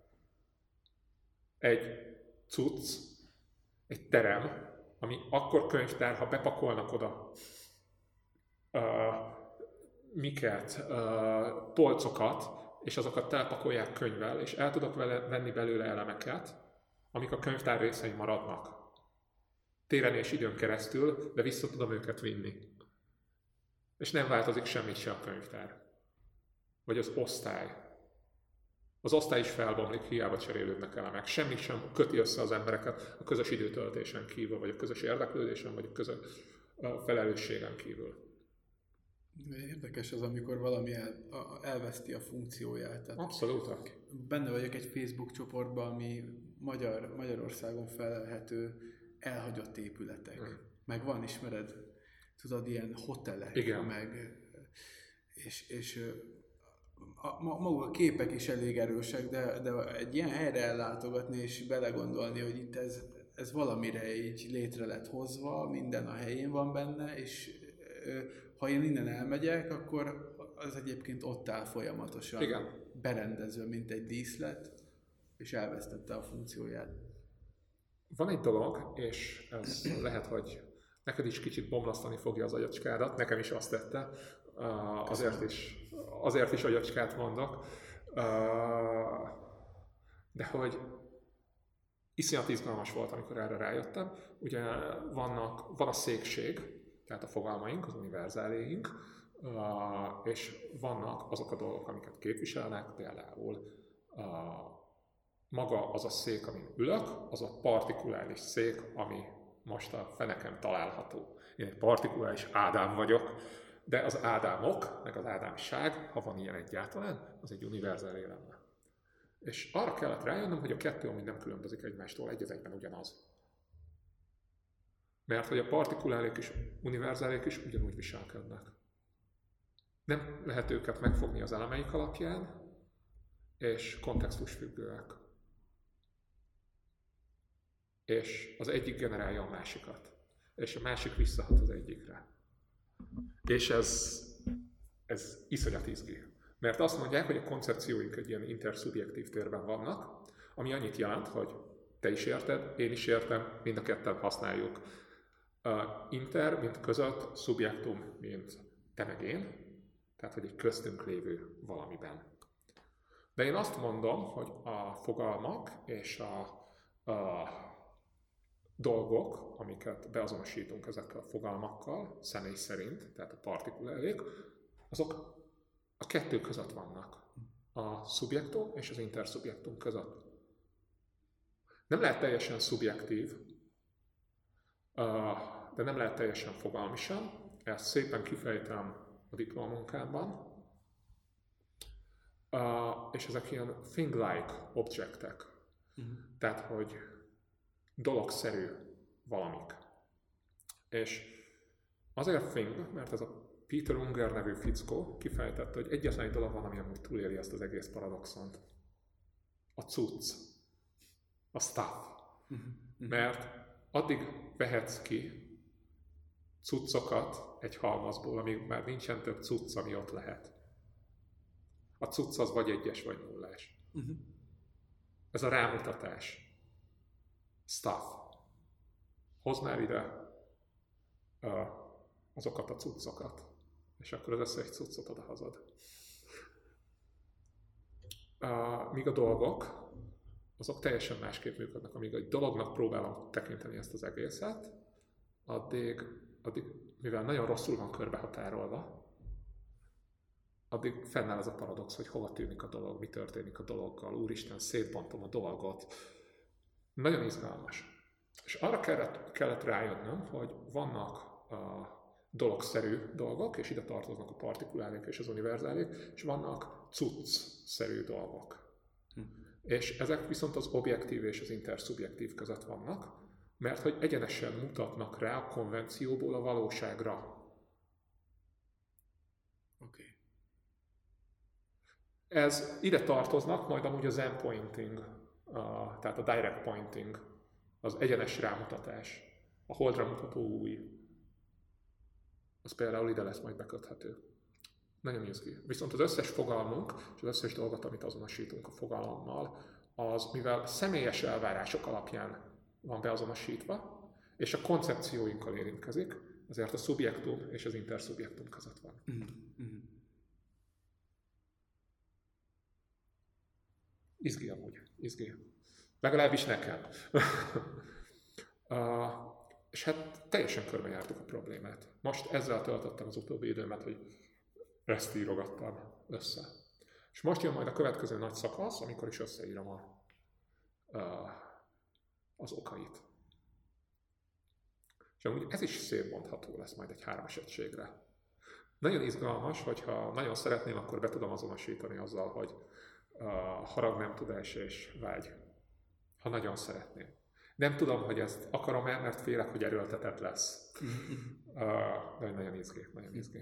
Egy cucc, egy terem, ami akkor könyvtár, ha bepakolnak oda uh, miket, uh, polcokat, és azokat telepakolják könyvvel, és el tudok vele, venni belőle elemeket, amik a könyvtár részei maradnak. Téren és időn keresztül, de vissza tudom őket vinni. És nem változik semmit se a könyvtár. Vagy az osztály. Az osztály is felbomlik, hiába cserélődnek elemek. Semmi sem köti össze az embereket a közös időtöltésen kívül, vagy a közös érdeklődésen, vagy a közös felelősségen kívül. Érdekes az, amikor valami el, a, elveszti a funkcióját. Tehát abszolút. Benne vagyok egy Facebook csoportban, ami Magyar, Magyarországon felelhető elhagyott épületek. Hmm. Meg van, ismered, tudod, ilyen hotelek, igen. Meg, és, és a, maga a képek is elég erősek, de, de egy ilyen helyre ellátogatni és belegondolni, hogy itt ez, ez valamire így létre lett hozva, minden a helyén van benne, és ha én innen elmegyek, akkor az egyébként ott áll folyamatosan. Igen. Berendezve, mint egy díszlet, és elvesztette a funkcióját. Van egy dolog, és ez lehet, hogy neked is kicsit bomlasztani fogja az agyacskádat, nekem is azt tette, azért is, azért is agyacskát mondok, de hogy iszonyat izgalmas volt, amikor erre rájöttem. Ugye vannak, van a székség, tehát a fogalmaink, az univerzáléink, és vannak azok a dolgok, amiket képviselnek, például maga az a szék, amin ülök, az a partikuláris szék, ami most a fenekem található. Én egy partikuláris Ádám vagyok, de az Ádámok, meg az ádámság, ha van ilyen egyáltalán, az egy univerzálé lenne. És arra kellett rájönnöm, hogy a kettő amúgy nem különbözik egymástól, egy az egyben ugyanaz. Mert hogy a partikulálék és univerzálék is ugyanúgy viselkednek. Nem lehet őket megfogni az elemeik alapján, és kontextusfüggőek. És az egyik generálja a másikat. És a másik visszahat az egyikre. És ez, ez iszonyat izgi. Mert azt mondják, hogy a koncepcióink egy ilyen interszubjektív térben vannak, ami annyit jelent, hogy te is érted, én is értem, mind a ketten használjuk. Uh, inter, mint között, szubjektum, mint te meg én, tehát, hogy egy köztünk lévő valamiben. De én azt mondom, hogy a fogalmak és a, a dolgok, amiket beazonosítunk ezekkel a fogalmakkal, személy szerint, tehát a partikulálék, azok a kettő között vannak. A szubjektum és az interszubjektum között. Nem lehet teljesen szubjektív, de nem lehet teljesen fogalmi sem. Ezt szépen kifejtem a diplomunkámban. És ezek ilyen thing-like objektek. Uh-huh. Tehát, hogy dologszerű valamik. És azért thing, mert ez a Peter Unger nevű fickó kifejtette, hogy egyetlen egy dolog van, ami amúgy túléli ezt az egész paradoxont. A cucc. A stuff. Uh-huh. Mert addig vehetsz ki cuccokat egy halmazból, amíg már nincsen több cucc, ami ott lehet. A cucc az vagy egyes, vagy nullás. Uh-huh. Ez a rámutatás. Stuff. Hozd már ide uh, azokat a cuccokat, és akkor az összes cuccot odahozod. Uh, míg a dolgok, azok teljesen másképp működnek. Amíg egy dolognak próbálom tekinteni ezt az egészet, addig, addig mivel nagyon rosszul van körbehatárolva, addig fennáll ez a paradox, hogy hova tűnik a dolog, mi történik a dologgal, úristen, szétbontom a dolgot. Nagyon izgalmas. És arra kellett, kellett rájönnöm, hogy vannak uh, dologszerű dolgok, és ide tartoznak a partikulálék és az univerzálék, és vannak cucc-szerű dolgok. Hm. És ezek viszont az objektív és az interszubjektív között vannak, mert hogy egyenesen mutatnak rá a konvencióból a valóságra. Oké. Okay. Ez ide tartoznak majd amúgy az endpointing, a, tehát a direct pointing, az egyenes rámutatás, a holdra mutató új. Az például ide lesz majd beköthető. Nagyon izgi. Viszont az összes fogalmunk, és az összes dolgot, amit azonosítunk a fogalommal, az mivel személyes elvárások alapján van beazonosítva, és a koncepcióinkkal érintkezik, ezért a szubjektum és az interszubjektum között van. Mm-hmm. Izgi amúgy, izgi. Legalábbis nekem. uh, és hát teljesen körbejártuk a problémát. Most ezzel töltöttem az utóbbi időmet, hogy ezt írogattam össze. És most jön majd a következő nagy szakasz, amikor is összeírom a, uh, az okait. És amúgy ez is szétbontható lesz majd egy hármas egységre. Nagyon izgalmas, hogyha nagyon szeretném, akkor be tudom azonosítani azzal, hogy uh, harag, nem tudás és vágy. Ha nagyon szeretném. Nem tudom, hogy ezt akarom-e, mert félek, hogy erőltetett lesz. uh, de nagyon izgi, nagyon izgi.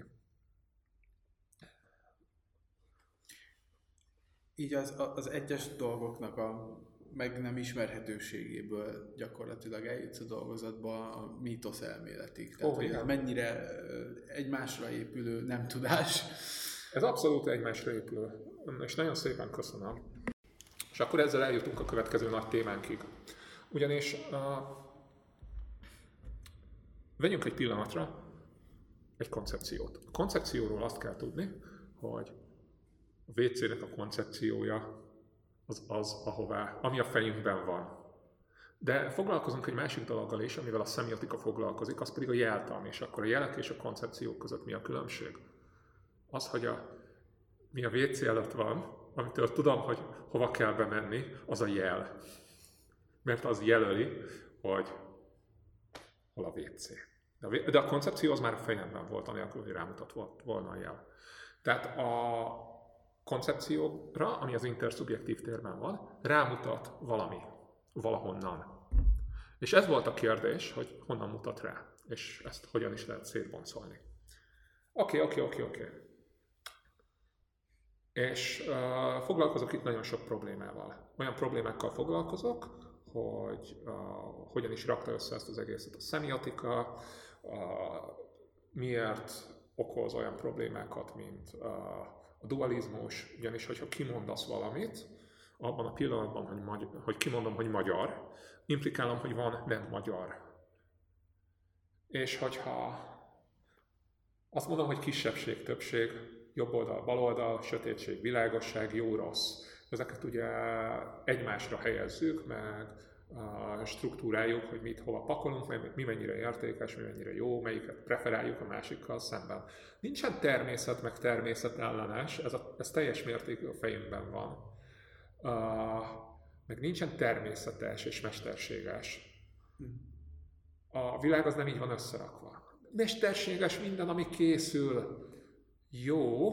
Így az, az egyes dolgoknak a meg nem ismerhetőségéből gyakorlatilag eljutsz a dolgozatba a mítosz elméletig. Tehát, Ó, hogy igen. mennyire egymásra épülő nem tudás. Ez abszolút egymásra épülő, és nagyon szépen köszönöm. És akkor ezzel eljutunk a következő nagy témánkig. Ugyanis uh, vegyünk egy pillanatra egy koncepciót. A koncepcióról azt kell tudni, hogy a vé cének a koncepciója az az, ahová, ami a fejünkben van. De foglalkozunk egy másik dologgal is, amivel a szemiotika foglalkozik, az pedig a jeltan, és akkor a jelek és a koncepciók között mi a különbség? Az, hogy a, mi a vé cé előtt van, amitől tudom, hogy hova kell bemenni, az a jel. Mert az jelöli, hogy hol a vé cé. De a, de a koncepció az már a fejemben volt, anélkül, hogy rámutat volna a jel. Tehát a koncepcióra, ami az interszubjektív térben van, rámutat valami, valahonnan. És ez volt a kérdés, hogy honnan mutat rá, és ezt hogyan is lehet szétboncolni. Oké, oké, oké, oké. És uh, foglalkozok itt nagyon sok problémával. Olyan problémákkal foglalkozok, hogy uh, hogyan is rakta össze ezt az egészet a szemiotika, uh, miért okoz olyan problémákat, mint uh, a dualizmus, ugyanis hogyha kimondasz valamit, abban a pillanatban, hogy, magy- hogy kimondom, hogy magyar, implikálom, hogy van nem magyar. És hogyha azt mondom, hogy kisebbség, többség, jobb oldal, bal oldal, sötétség, világosság, jó, rossz. Ezeket ugye egymásra helyezzük, meg uh, struktúráljuk, hogy mit hova pakolunk, mi mennyire értékes, mi mennyire jó, melyiket preferáljuk a másikkal szemben. Nincsen természet, meg természetellenes, ez, a, ez teljes mértékű a fejünkben van. Uh, meg nincsen természetes és mesterséges. A világ az nem így van összerakva. Mesterséges minden, ami készül. Jó,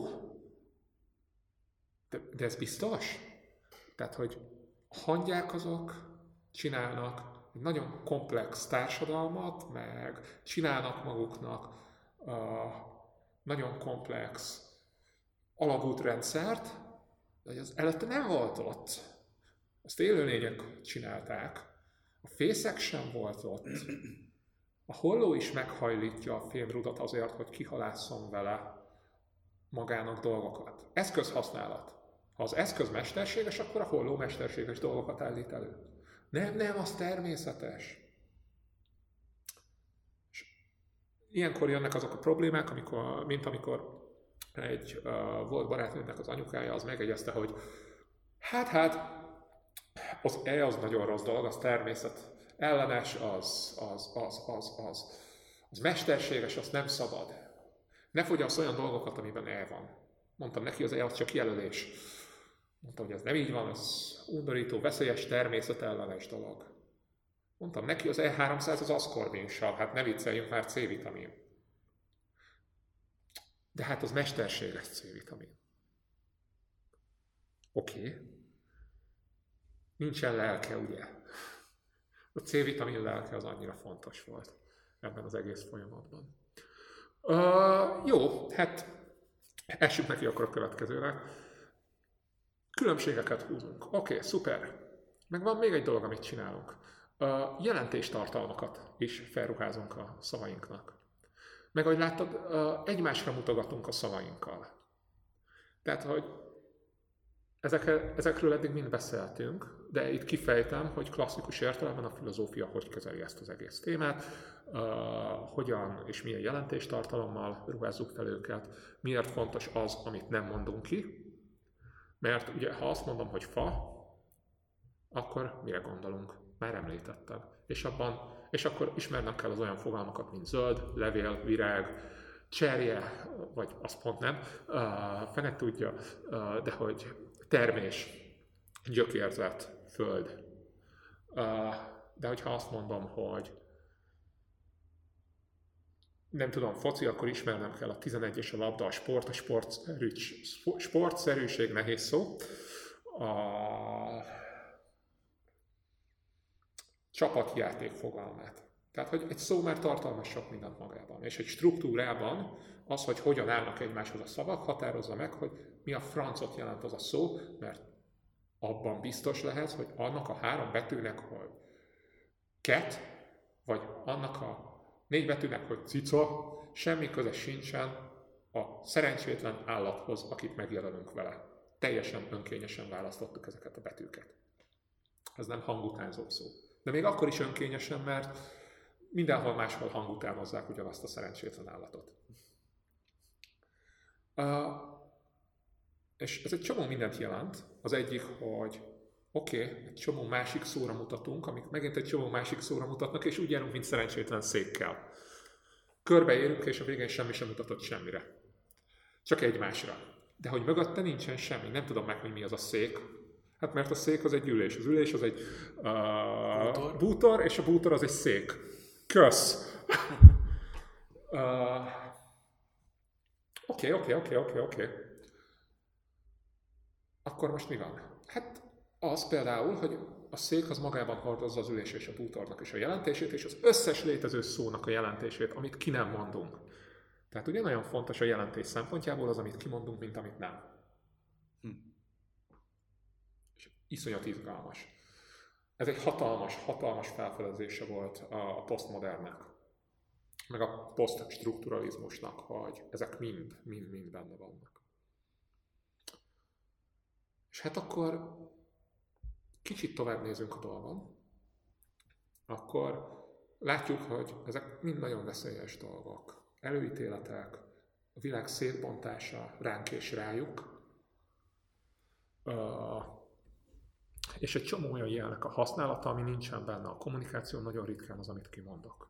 de, de ez biztos? Tehát, hogy a hangyák azok csinálnak egy nagyon komplex társadalmat, meg csinálnak maguknak uh, nagyon komplex alagútrendszert, de az előtte nem volt ott. Azt élőlények csinálták. A fészek sem volt ott. A holló is meghajlítja a fémrudat azért, hogy kihalásszon vele magának dolgokat. Eszközhasználat. Ha az eszköz mesterséges, akkor a holló mesterséges dolgokat állít elő. Nem, nem, az természetes. És ilyenkor jönnek azok a problémák, amikor, mint amikor egy uh, volt barátnőmnek az anyukája, az megegyezte, hogy hát, hát, az E az nagyon rossz dolog, az természet ellenes, az, az, az, az, az, az mesterséges, azt nem szabad. Ne fogyasz olyan dolgokat, amiben E van. Mondtam neki, az E az csak jelölés. Mondtam, hogy ez nem így van, ez undorító, veszélyes, természetellenes dolog. Mondtam neki, az E háromszáz az aszkorbinsav, hát ne vicceljünk már, C-vitamin. De hát az mesterséges C-vitamin. Oké. Okay. Nincsen lelke, ugye? A C-vitamin lelke az annyira fontos volt ebben az egész folyamatban. Uh, jó, hát essük neki akkor a következőre. Különbségeket húzunk. Oké, okay, szuper. Meg van még egy dolog, amit csinálunk. Uh, jelentéstartalmakat is felruházunk a szavainknak. Meg ahogy láttad, uh, egymásra mutogatunk a szavainkkal. Tehát, hogy ezek, ezekről eddig mind beszéltünk, de itt kifejtem, hogy klasszikus értelemben a filozófia hogy kezeli ezt az egész témát, uh, hogyan és milyen jelentéstartalommal ruházzuk fel őket, miért fontos az, amit nem mondunk ki, mert ugye, ha azt mondom, hogy fa, akkor mire gondolunk? Már említettem. És, abban, és akkor ismernem kell az olyan fogalmakat, mint zöld, levél, virág, cserje, vagy azt pont nem, uh, fene tudja, uh, de hogy termés, gyökérzet, föld. Uh, de hogyha azt mondom, hogy nem tudom, foci, akkor ismernem kell a tizenegyes a labda, a sport, a sportszerű, sportszerűség, nehéz szó. A csapatjáték fogalmát. Tehát, hogy egy szó már tartalmaz sok mindent magában. És egy struktúrában az, hogy hogyan állnak egymáshoz a szavak, határozza meg, hogy mi a francot jelent az a szó, mert abban biztos lehetsz, hogy annak a három betűnek, hogy cat, vagy annak a négy betűnek, hogy cica, semmi köze sincsen a szerencsétlen állathoz, akit megjelölünk vele. Teljesen önkényesen választottuk ezeket a betűket. Ez nem hangutánzó szó. De még akkor is önkényesen, mert mindenhol máshol hangutánozzák ugyanazt a szerencsétlen állatot. Uh, és ez egy csomó mindent jelent. Az egyik, hogy oké, okay, egy csomó másik szóra mutatunk, amik megint egy csomó másik szóra mutatnak, és úgy járunk, mint szerencsétlen székkel. Körbeérünk, és a végén semmi sem mutatott semmire. Csak egymásra. De hogy mögötte nincsen semmi, nem tudom meg, hogy mi az a szék. Hát mert a szék az egy ülés, az ülés az egy uh, bútor. bútor, és a bútor az egy szék. Kösz! Oké, oké, oké, oké, oké. Akkor most mi van? Hát az például, hogy a szék az magában hordozza az ülés és a bútornak is a jelentését, és az összes létező szónak a jelentését, amit ki nem mondunk. Tehát ugyanolyan fontos a jelentés szempontjából az, amit kimondunk, mint amit nem. Hm. És iszonyat izgalmas. Ez egy hatalmas, hatalmas felfedezése volt a posztmodernnek, meg a posztstrukturalizmusnak, hogy ezek mind, mind, mind benne vannak. És hát akkor kicsit tovább nézünk a dolgon, akkor látjuk, hogy ezek mind nagyon veszélyes dolgok. Előítéletek, a világ szétbontása ránk és rájuk, és egy csomó olyan jelnek a használata, ami nincsen benne. A kommunikáció nagyon ritkán az, amit kimondok.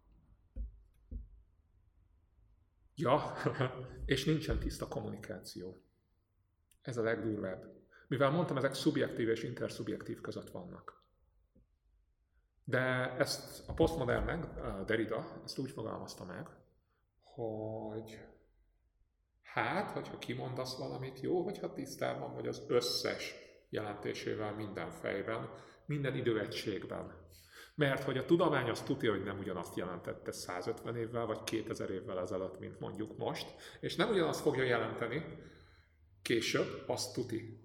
Ja, és nincsen tiszta kommunikáció. Ez a legdurvább. Mivel mondtam, ezek szubjektív és interszubjektív között vannak. De ezt a posztmodern meg, Derrida, ezt úgy fogalmazta meg, hogy hát, hogyha kimondasz valamit, jó, hogyha tisztában vagy az összes jelentésével minden fejben, minden időegységben. Mert hogy a tudomány az tudja, hogy nem ugyanazt jelentette százötven évvel, vagy kétezer évvel ezelőtt, mint mondjuk most, és nem ugyanazt fogja jelenteni később, azt tuti.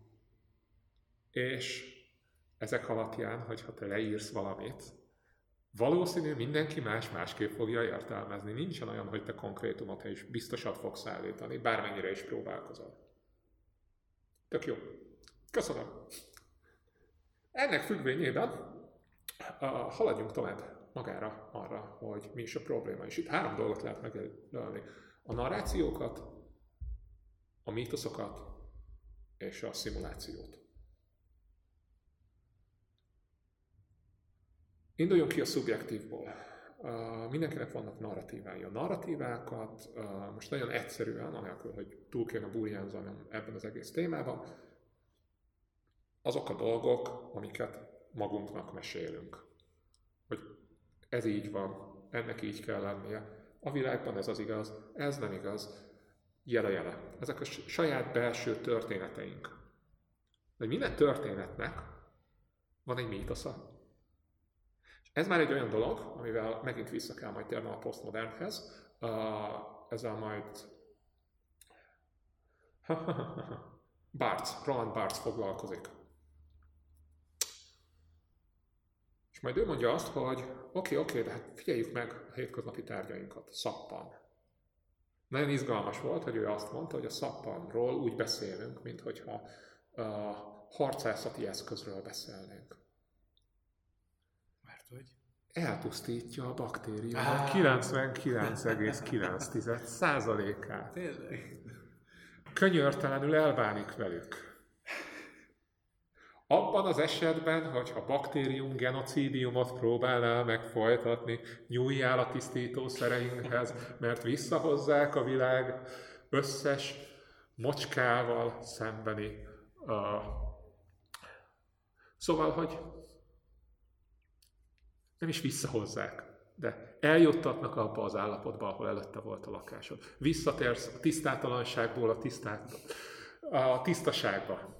És ezek alapján, hogyha te leírsz valamit, valószínű mindenki más másképp fogja értelmezni. Nincsen olyan, hogy te konkrétumot is biztosat fogsz állítani, bármennyire is próbálkozol. Tök jó. Köszönöm. Ennek függvényében uh, haladjunk tovább magára arra, hogy mi is a probléma. És itt három dolgot lehet megjelölni. A narrációkat, a mítoszokat és a szimulációt. Induljunk ki a szubjektívból. Uh, mindenkinek vannak narratívái. A narratívákat uh, most nagyon egyszerűen, anélkül, hogy túl kéne burjánzanom ebben az egész témában, azok a dolgok, amiket magunknak mesélünk. Hogy ez így van, ennek így kell lennie. A világban ez az igaz, ez nem igaz. Jele-jele. Ezek a saját belső történeteink. De minden történetnek van egy mítosza. Ez már egy olyan dolog, amivel megint vissza kell majd térnem a posztmodernhez. Uh, ezzel majd Barthes, Roland Barthes foglalkozik. És majd ő mondja azt, hogy oké, oké, de hát figyeljük meg a hétköznapi tárgyainkat. Szappan. Nagyon izgalmas volt, hogy ő azt mondta, hogy a szappanról úgy beszélünk, minthogyha uh, harcászati eszközről beszélnénk. Hogy? Elpusztítja a baktériumok kilencvenkilenc egész kilenc százalékát. Tényleg? Könyörtelenül elbánik velük. Abban az esetben, hogyha baktérium genocidiumot próbálnál meg folytatni, nyúljál a tisztítószereinkhez, mert visszahozzák a világ összes mocskával szembeni. Uh... Szóval, hogy nem is visszahozzák, de eljuttatnak abba az állapotba, ahol előtte volt a lakásod. Visszatérsz a tisztátalanságból a, tisztát, a tisztaságba.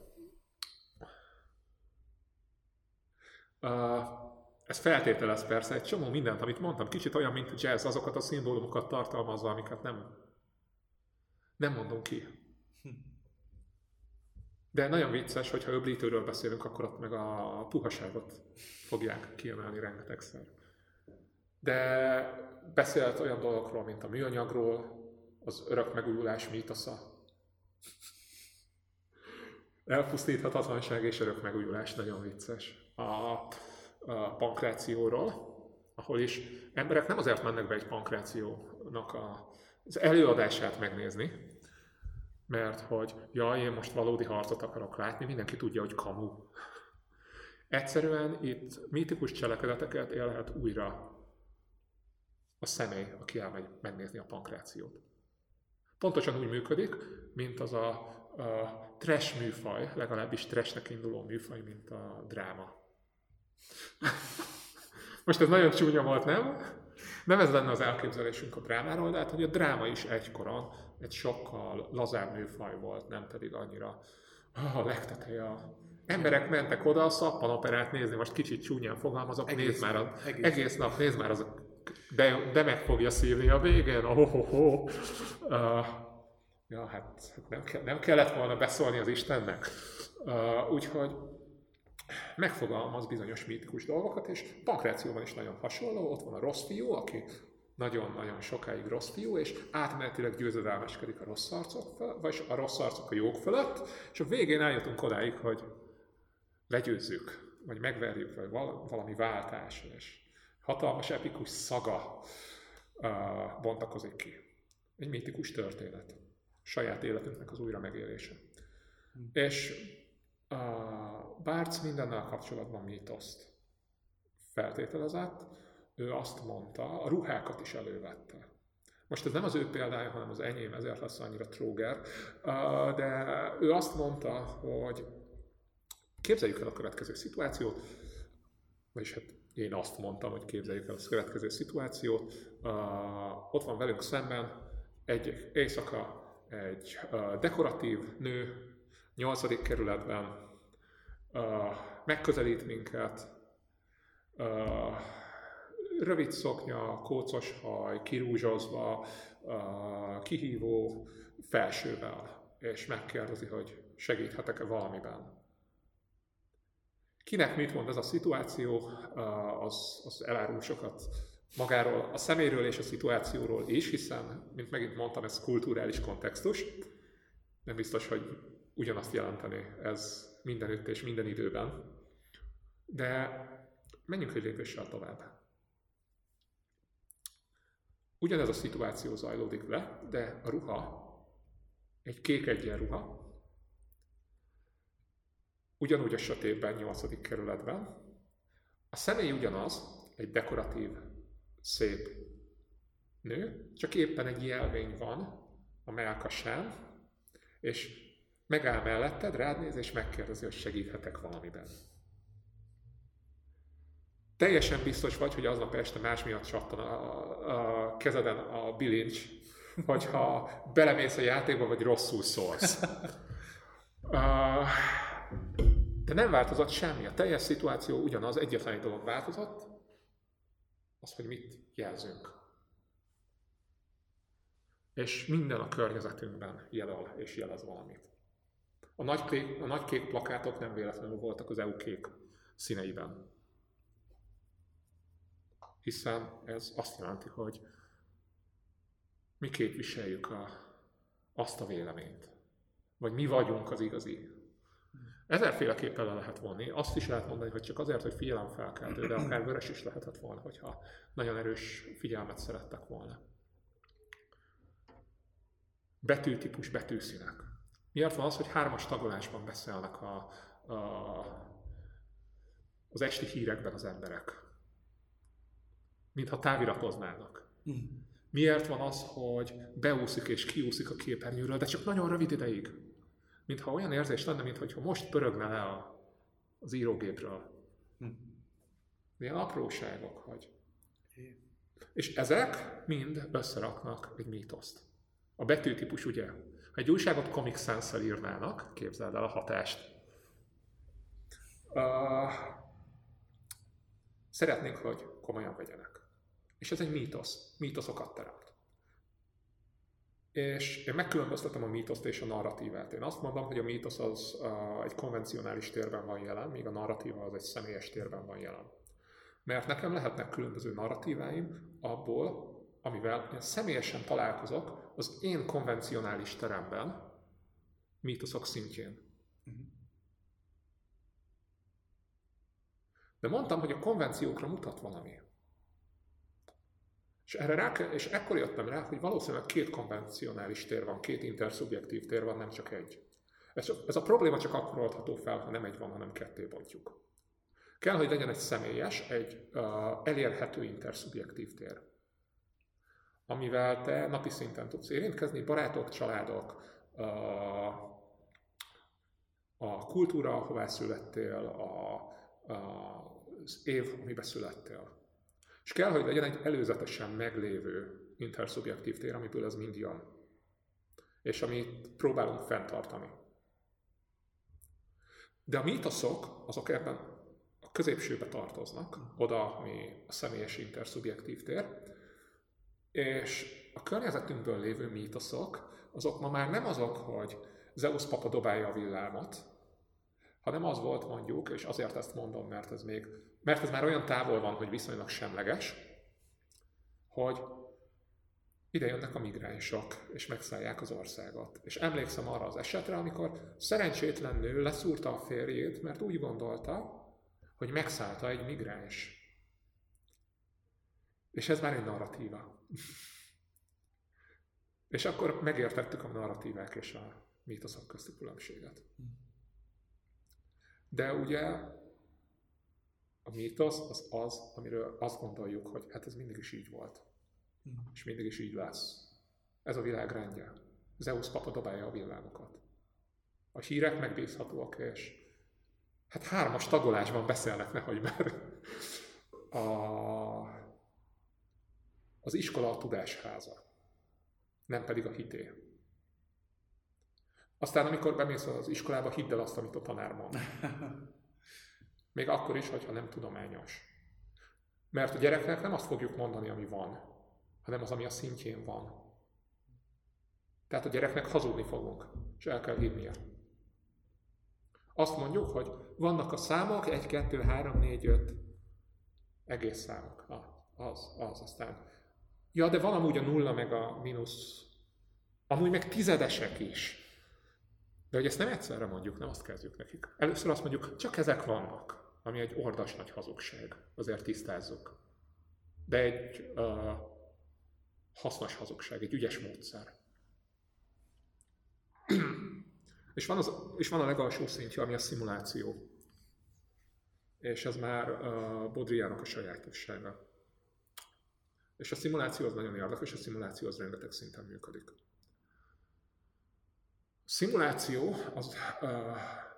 Ez feltételez persze egy csomó mindent, amit mondtam, kicsit olyan, mint a jazz, azokat a szimbólumokat tartalmazva, amiket nem, nem mondunk ki. De nagyon vicces, hogyha öblítőről beszélünk, akkor ott meg a puhaságot fogják kiemelni rengetegszer. De beszélt olyan dolgokról, mint a műanyagról, az örök megújulás mítosza. Elpusztíthatatlanság és örök megújulás, nagyon vicces. A, a pankrációról, ahol is emberek nem azért mennek be egy pankrációnak a, az előadását megnézni, mert hogy jaj, én most valódi harcot akarok látni, mindenki tudja, hogy kamu. Egyszerűen itt mítikus cselekedeteket élhet újra a személy, aki elmegy megnézni a pankrációt. Pontosan úgy működik, mint az a, a trash műfaj, legalábbis trashnek induló műfaj, mint a dráma. Most ez nagyon csúnya volt, nem? Nem ez lenne az elképzelésünk a drámáról, de hát, hogy a dráma is egykoron egy sokkal lazább műfaj volt, nem pedig annyira a legteteje. Emberek mentek oda a szappanoperát nézni, most kicsit csúnyán fogalmazok, egész, nézd már az, egész. egész nap, nézd már az, de, de meg fogja szívni a végén, oh, oh, oh. Uh, ja, hát nem, ke, nem kellett volna beszólni az Istennek. Uh, úgyhogy megfogalmaz bizonyos mítikus dolgokat, és pankrációban is nagyon hasonló, ott van a rossz fiú, aki nagyon-nagyon sokáig rossz fiú, és átmenetileg győzedelmeskedik a rossz arcok fel, vagy a rossz arcok a jók fölött, és a végén eljutunk odáig, hogy legyőzzük, vagy megverjük, vagy valami váltás, és hatalmas epikus szaga uh, bontakozik ki. Egy mítikus történet. Saját életünknek az újra megélése. Mm. És uh, Barthes mindennel kapcsolatban mítoszt feltételezett. Ő azt mondta, a ruhákat is elővette. Most ez nem az ő példája, hanem az enyém, ezért lesz annyira tróger, uh, de ő azt mondta, hogy képzeljük el a következő szituációt, vagyis hát én azt mondtam, hogy képzeljük el a következő szituációt. Uh, ott van velünk szemben egy éjszaka egy uh, dekoratív nő, nyolcadik kerületben, uh, megközelít minket, uh, rövid szoknya, kócos haj, kirúzsozva, uh, kihívó felsővel, és megkérdezi, hogy segíthetek-e valamiben. Kinek mit mond ez a szituáció, az, az elárul sokat magáról, a szeméről és a szituációról is, hiszen, mint megint mondtam, ez kulturális kontextus. Nem biztos, hogy ugyanazt jelenteni ez mindenütt és minden időben. De menjünk egy lépéssel tovább. Ugyanez a szituáció zajlódik le, de a ruha egy kék egyenruha, ugyanúgy a sötétben, nyolcadik kerületben. A személy ugyanaz, egy dekoratív, szép nő, csak éppen egy jelvény van a mellkasán, és megáll melletted, rád néz, és megkérdezi, hogy segíthetek valamiben. Teljesen biztos vagy, hogy aznap este más miatt csattan a, a kezeden a bilincs, hogyha belemész a játékba, vagy rosszul szólsz. Uh, De nem változott semmi. A teljes szituáció ugyanaz, egyetlen egy dolog változott, az, hogy mit jelzünk. És minden a környezetünkben jelöl és jelez valamit. A nagy, kék, a nagy kék plakátok nem véletlenül voltak az é u kék színeiben. Hiszen ez azt jelenti, hogy mi képviseljük a, azt a véleményt. Vagy mi vagyunk az igazi. Ezerféleképpen le lehet vonni. Azt is lehet mondani, hogy csak azért, hogy figyelemfelkeltő, de akár vörös is lehetett volna, hogyha nagyon erős figyelmet szerettek volna. Betűtípus, betűszínek. Miért van az, hogy hármas tagolásban beszélnek a, a, az esti hírekben az emberek? Mintha táviratoznának. Miért van az, hogy beúszik és kiúszik a képernyőről, de csak nagyon rövid ideig? Mintha olyan érzés lenne, mintha most pörögne le a, az írógépről. Milyen apróságok, hogy. És ezek mind összeraknak egy mítoszt. A betűtípus ugye, ha egy újságot Comic Sans-szel írnának, képzeld el a hatást. Uh, szeretnénk, hogy komolyan vegyenek. És ez egy mítosz. Mítoszokat teremt. És én megkülönböztetem a mítoszt és a narratívát. Én azt mondom, hogy a mítosz az uh, egy konvencionális térben van jelen, míg a narratíva az egy személyes térben van jelen. Mert nekem lehetnek különböző narratíváim abból, amivel én személyesen találkozok az én konvencionális teremben, mítoszok szintjén. De mondtam, hogy a konvenciókra mutat valami. És, erre rá, és ekkor jöttem rá, hogy valószínűleg két konvencionális tér van, két interszubjektív tér van, nem csak egy. Ez, ez a probléma csak akkor oldható fel, ha nem egy van, hanem ketté bontjuk. Kell, hogy legyen egy személyes, egy uh, elérhető interszubjektív tér, amivel te napi szinten tudsz érintkezni, barátok, családok, uh, a kultúra, ahová születtél, a, a, az év, amiben születtél. És kell, hogy legyen egy előzetesen meglévő interszubjektív tér, amiből ez mind jön. És amit próbálunk fenntartani. De a mítoszok, azok ebben a középsőbe tartoznak, oda, ami a személyes interszubjektív tér, és a környezetünkből lévő mítoszok, azok ma már nem azok, hogy Zeus papa dobálja a villámot, hanem az volt mondjuk, és azért ezt mondom, mert ez még, mert ez már olyan távol van, hogy viszonylag semleges, hogy ide jönnek a migránsok, és megszállják az országot. És emlékszem arra az esetre, amikor szerencsétlen nő leszúrta a férjét, mert úgy gondolta, hogy megszállta egy migráns. És ez már egy narratíva. És akkor megértettük a narratívák és a mítoszok közti különbséget. De ugye a mítosz az az, amiről azt gondoljuk, hogy hát ez mindig is így volt. És mindig is így lesz. Ez a világ rendje. Zeus papa dobálja a villámokat. A hírek megbízhatóak, és hát hármas tagolásban beszélnek, nehogy már. A... Az iskola a tudásháza, nem pedig a hité. Aztán, amikor bemész az iskolába, hidd el azt, amit a tanár mond. Még akkor is, hogyha nem tudományos. Mert a gyereknek nem azt fogjuk mondani, ami van, hanem az, ami a szintjén van. Tehát a gyereknek hazudni fogunk, és el kell hinnie. Azt mondjuk, hogy vannak a számok, egy, kettő, három, négy, öt, egész számok. Ah, az, az, aztán. Ja, de van amúgy a nulla meg a mínusz, amúgy meg tizedesek is. De hogy ezt nem egyszerre mondjuk, nem azt kezdjük nekik. Először azt mondjuk, csak ezek vannak, ami egy ordas nagy hazugság. Azért tisztázzuk. De egy uh, hasznos hazugság, egy ügyes módszer. és, van az, és van a legalsó szintje, ami a szimuláció. És ez már uh, Baudrillardnak a sajátossága. És a szimuláció az nagyon érdekes, a szimuláció az rengeteg szinten működik. A szimuláció, az, uh,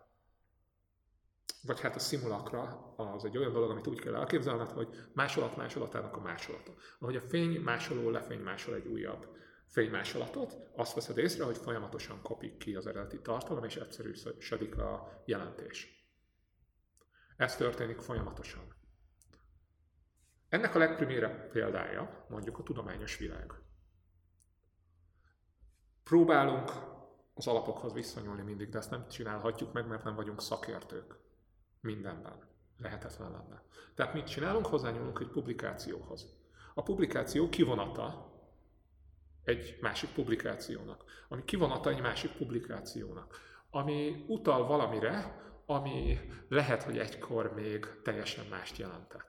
vagy hát a szimulakra, az egy olyan dolog, amit úgy kell elképzelned, hogy másolat másolatának a másolata. Ahogy a fény másoló lefény másol egy újabb fénymásolatot, azt veszed észre, hogy folyamatosan kopik ki az eredeti tartalom, és egyszerűsödik a jelentés. Ez történik folyamatosan. Ennek a legprimérebb példája mondjuk a tudományos világ. Próbálunk az alapokhoz viszonyulni mindig, de ezt nem csinálhatjuk meg, mert nem vagyunk szakértők mindenben. Lehetetlen lenne. Tehát mit csinálunk? Hozzányúlunk egy publikációhoz. A publikáció kivonata egy másik publikációnak, ami kivonata egy másik publikációnak, ami utal valamire, ami lehet, hogy egykor még teljesen mást jelentett.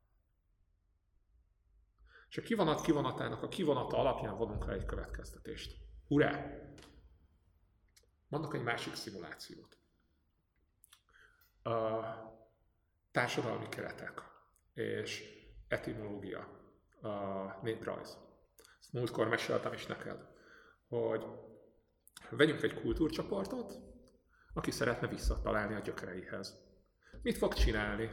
És a kivonat kivonatának a kivonata alapján vonunk le egy következtetést. Hurrá! Mondok egy másik szimulációt. A társadalmi keretek és etimológia, a néprajz. Ezt múltkor meséltem is neked, hogy vegyünk egy kultúrcsoportot, aki szeretne visszatalálni a gyökereihez. Mit fog csinálni?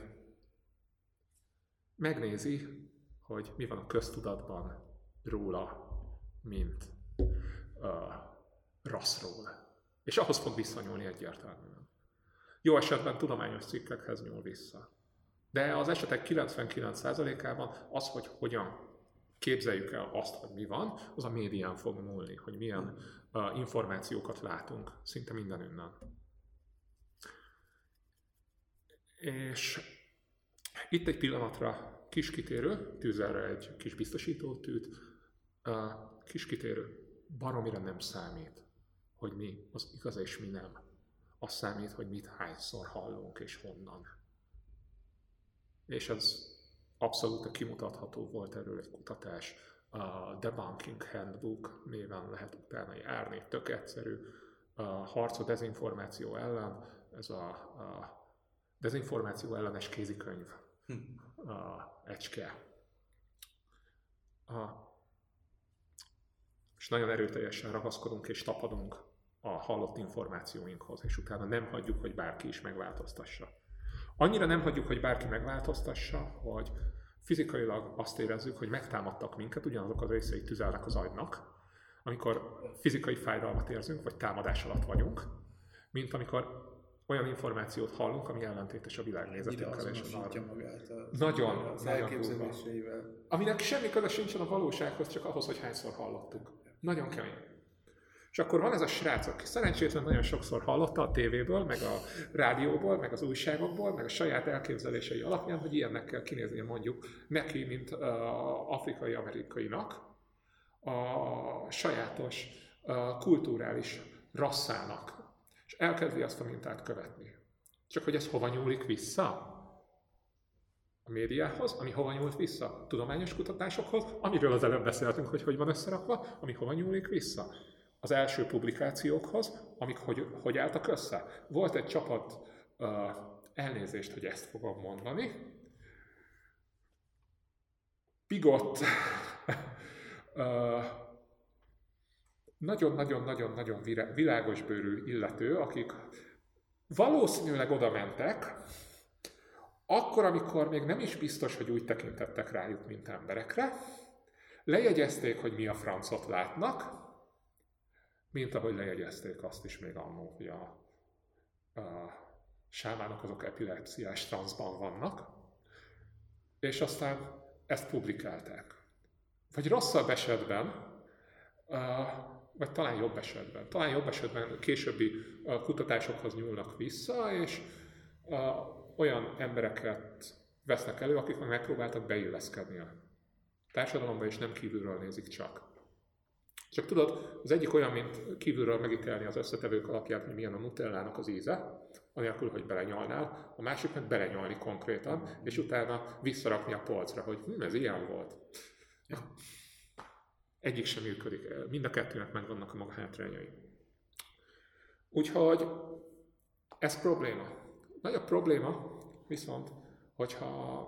Megnézi, hogy mi van a köztudatban róla, mint uh, rasszról. És ahhoz fog viszonyulni egyértelműen. Jó esetben tudományos cikkekhez nyúl vissza. De az esetek kilencvenkilenc százalékában az, hogy hogyan képzeljük el azt, hogy mi van, az a médián fog múlni, hogy milyen uh, információkat látunk szinte mindenünnen. És itt egy pillanatra kis kitérő, tűzelre egy kis biztosítótűt, uh, kis kitérő baromira nem számít, hogy mi az igaz és mi nem. Az számít, hogy mit hányszor hallunk és honnan. És ez abszolút kimutatható volt erről egy kutatás. A Debunking Handbook néven lehet utána járni, tök egyszerű. A harc a dezinformáció ellen, ez a, a dezinformáció ellenes kézikönyv hm. a ecske. A, és nagyon erőteljesen ragaszkodunk és tapadunk a hallott információinkhoz, és utána nem hagyjuk, hogy bárki is megváltoztassa. Annyira nem hagyjuk, hogy bárki megváltoztassa, hogy fizikailag azt érezzük, hogy megtámadtak minket, ugyanazok az részei tüzelnek az agynak, amikor fizikai fájdalmat érzünk, vagy támadás alatt vagyunk, mint amikor olyan információt hallunk, ami ellentétes a világnézetünkkel. És magát a, nagyon, az nagyon elképzeléseivel. Aminek semmi köze sincsen a valósághoz, csak ahhoz, hogy hányszor hallottuk. Nagyon kemény. És akkor van ez a srác, aki szerencsétlen nagyon sokszor hallotta a tévéből, meg a rádióból, meg az újságokból, meg a saját elképzelései alapján, hogy ilyennek kell kinéznie mondjuk neki, mint uh, afrikai-amerikainak, a sajátos uh, kulturális rasszának. És elkezdi azt a mintát követni. Csak hogy ez hova nyúlik vissza? A médiához, ami hova nyúlt vissza? Tudományos kutatásokhoz, amiről az előbb beszéltünk, hogy hogy van összerakva, ami hova nyúlik vissza? Az első publikációkhoz, amik hogy, hogy álltak össze. Volt egy csapat, uh, elnézést, hogy ezt fogom mondani, bigott, uh, nagyon-nagyon-nagyon-nagyon világosbőrű illető, akik valószínűleg oda mentek, akkor, amikor még nem is biztos, hogy úgy tekintettek rájuk, mint emberekre, lejegyezték, hogy mi a francot látnak, mint ahogy lejegyezték azt is még annól, hogy a, a sámánok azok epilepsziás transzban vannak, és aztán ezt publikálták. Vagy rosszabb esetben, uh, vagy talán jobb esetben, talán jobb esetben későbbi uh, kutatásokhoz nyúlnak vissza, és uh, olyan embereket vesznek elő, akik meg megpróbáltak beilleszkedni a társadalomba, és nem kívülről nézik csak. Csak tudod, az egyik olyan, mint kívülről megítélni az összetevők alapján, hogy milyen a nutellának az íze, anélkül, hogy belenyalnál, a másik meg belenyalni konkrétan, és utána visszarakni a polcra, hogy hm, ez ilyen volt. Ja. Egyik sem működik, mind a kettőnek megvannak a maga hátrányai. Úgyhogy ez probléma. Nagyobb probléma viszont, hogyha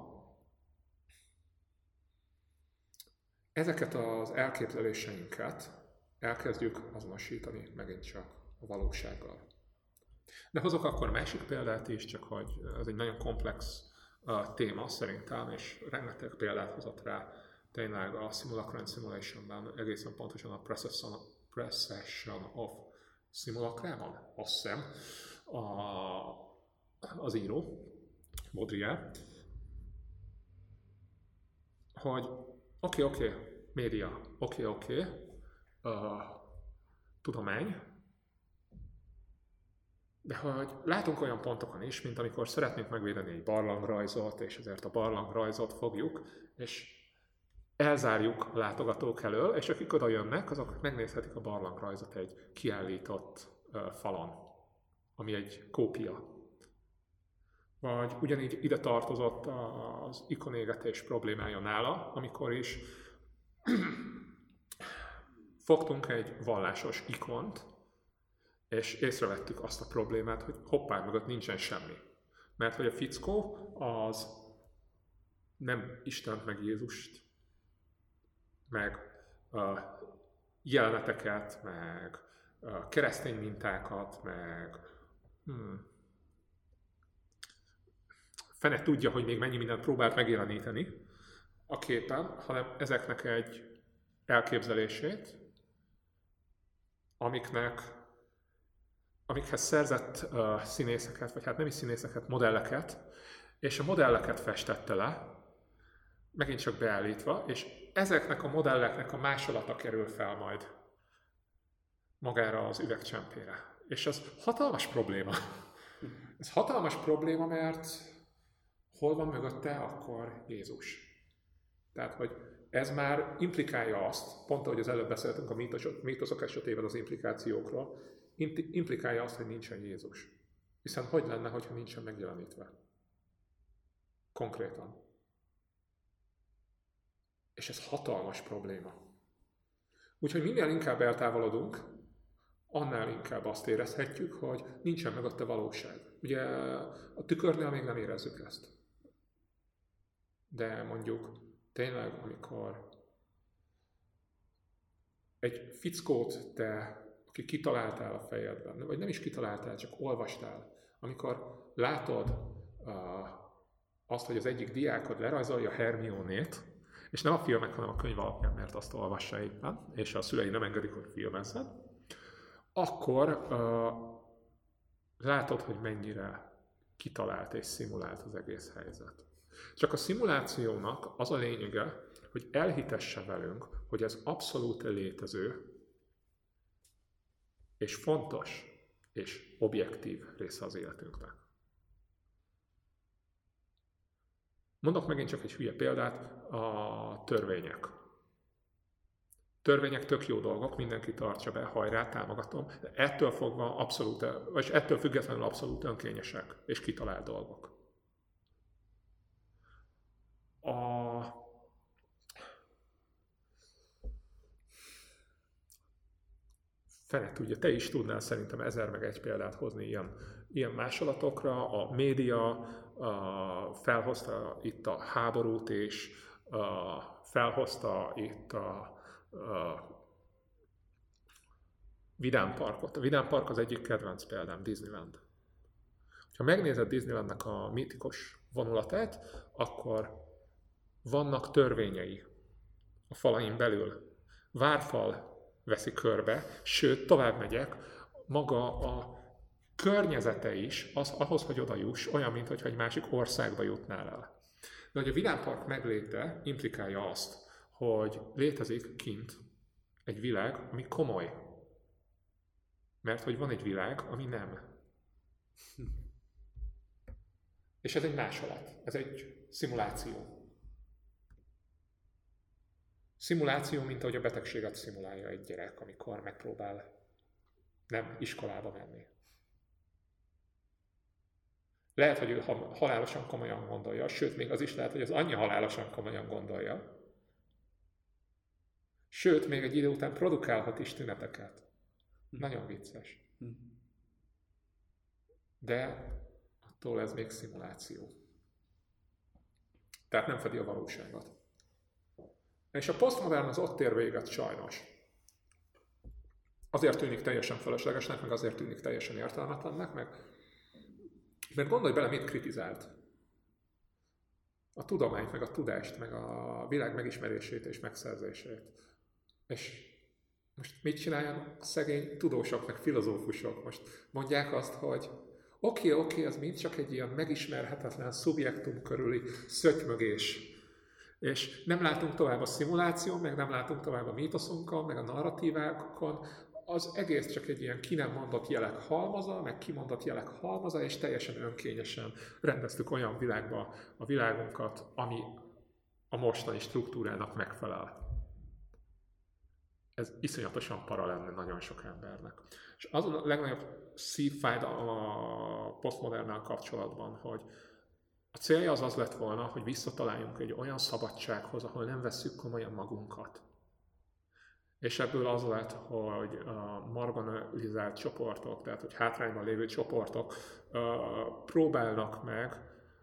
ezeket az elképzeléseinket elkezdjük azonosítani megint csak a valósággal. De hozok akkor másik példát is, csak hogy ez egy nagyon komplex uh, téma szerintem, és rengeteg példát hozott rá tényleg a Simulacra and Simulation-ben, egészen pontosan a Precession, Precession of Simulacrában, azt hiszem, a, az író, Baudrillard, hogy oké, okay, oké, okay, média, oké, okay, oké, okay, uh, tudomány, de hogy látunk olyan pontokon is, mint amikor szeretnénk megvédeni egy barlangrajzot, és ezért a barlangrajzot fogjuk, és elzárjuk a látogatók elől, és akik oda jönnek, azok megnézhetik a barlangrajzot egy kiállított uh, falon, ami egy kópia. Vagy ugyanígy ide tartozott az ikonégetés problémája nála, amikor is fogtunk egy vallásos ikont, és észrevettük azt a problémát, hogy hoppá, mögött nincsen semmi. Mert hogy a fickó az nem Istent, meg Jézust, meg uh, jeleneteket, meg uh, keresztény mintákat, meg hmm, fene tudja, hogy még mennyi mindent próbált megjeleníteni a képen, hanem ezeknek egy elképzelését, amiknek, amikhez szerzett uh, színészeket, vagy hát nem is színészeket, modelleket, és a modelleket festette le, megint csak beállítva, és ezeknek a modelleknek a másolata kerül fel majd magára az üvegcsempére. És ez hatalmas probléma. Ez hatalmas probléma, mert hol van mögötte akkor Jézus? Tehát, hogy ez már implikálja azt, pont ahogy az előbb beszéltünk a mítoszok, mítoszok esetében az implikációkról, implikálja azt, hogy nincsen Jézus. Hiszen hogy lenne, hogyha nincsen megjelenítve? Konkrétan. És ez hatalmas probléma. Úgyhogy minél inkább eltávolodunk, annál inkább azt érezhetjük, hogy nincsen mögötte valóság. Ugye a tükörnél még nem érezzük ezt. De mondjuk tényleg, amikor egy fickót te, aki kitaláltál a fejedben, vagy nem is kitaláltál, csak olvastál, amikor látod uh, azt, hogy az egyik diákod lerajzolja Hermionét, és nem a filmek, hanem a könyv alapján, mert azt olvassa éppen, és a szülei nem engedik, hogy filmezzed, akkor uh, látod, hogy mennyire kitalált és szimulált az egész helyzet. Csak a szimulációnak az a lényege, hogy elhitesse velünk, hogy ez abszolút létező, és fontos, és objektív része az életünknek. Mondok megint csak egy hülye példát, a törvények. Törvények tök jó dolgok, mindenki tartsa be, hajrá, támogatom, de ettől fogva abszolút, vagy ettől függetlenül abszolút önkényesek és kitalált dolgok. A fene tudja, te is tudnál szerintem ezer meg egy példát hozni ilyen, ilyen másolatokra. A média a, felhozta itt a háborút, és a, felhozta itt a, a Vidám Parkot. A Vidám Park az egyik kedvenc példám, Disneyland. Ha megnézed Disneylandnek a mítikus vonulatát, akkor vannak törvényei a falain belül. Várfal veszi körbe, sőt, tovább megyek, maga a környezete is, az, ahhoz, hogy oda juss, olyan, mintha egy másik országba jutnál el. De hogy a Vidám Park megléte implikálja azt, hogy létezik kint egy világ, ami komoly. Mert hogy van egy világ, ami nem. És ez egy másolat, ez egy szimuláció. Szimuláció, mint ahogy a betegséget szimulálja egy gyerek, amikor megpróbál nem iskolába menni. Lehet, hogy ő halálosan komolyan gondolja, sőt, még az is lehet, hogy az anyja halálosan komolyan gondolja. Sőt, még egy idő után produkálhat is tüneteket. Nagyon vicces. De attól ez még szimuláció. Tehát nem fedi a valóságot. És a posztmodern az ott ér véget sajnos. Azért tűnik teljesen fölöslegesnek, meg azért tűnik teljesen értelmetlennek, meg, mert gondolj bele, mit kritizált. A tudományt, meg a tudást, meg a világ megismerését és megszerzését. És most mit csinálják a szegény tudósok, meg filozófusok? Most mondják azt, hogy oké, okay, oké, okay, ez mind csak egy ilyen megismerhetetlen szubjektum körüli szötymögés. És nem látunk tovább a szimuláción, meg nem látunk tovább a mítoszunkon, meg a narratívákon. Az egész csak egy ilyen ki nem mondott jelek halmaza, meg kimondott jelek halmaza, és teljesen önkényesen rendeztük olyan világba a világunkat, ami a mostani struktúrának megfelel. Ez iszonyatosan para lenne nagyon sok embernek. És az a legnagyobb szívfájdalom a posztmodernnel kapcsolatban, hogy a célja az az lett volna, hogy visszataláljunk egy olyan szabadsághoz, ahol nem vesszük komolyan magunkat. És ebből az lett, hogy a marginalizált csoportok, tehát hogy hátrányban lévő csoportok próbálnak meg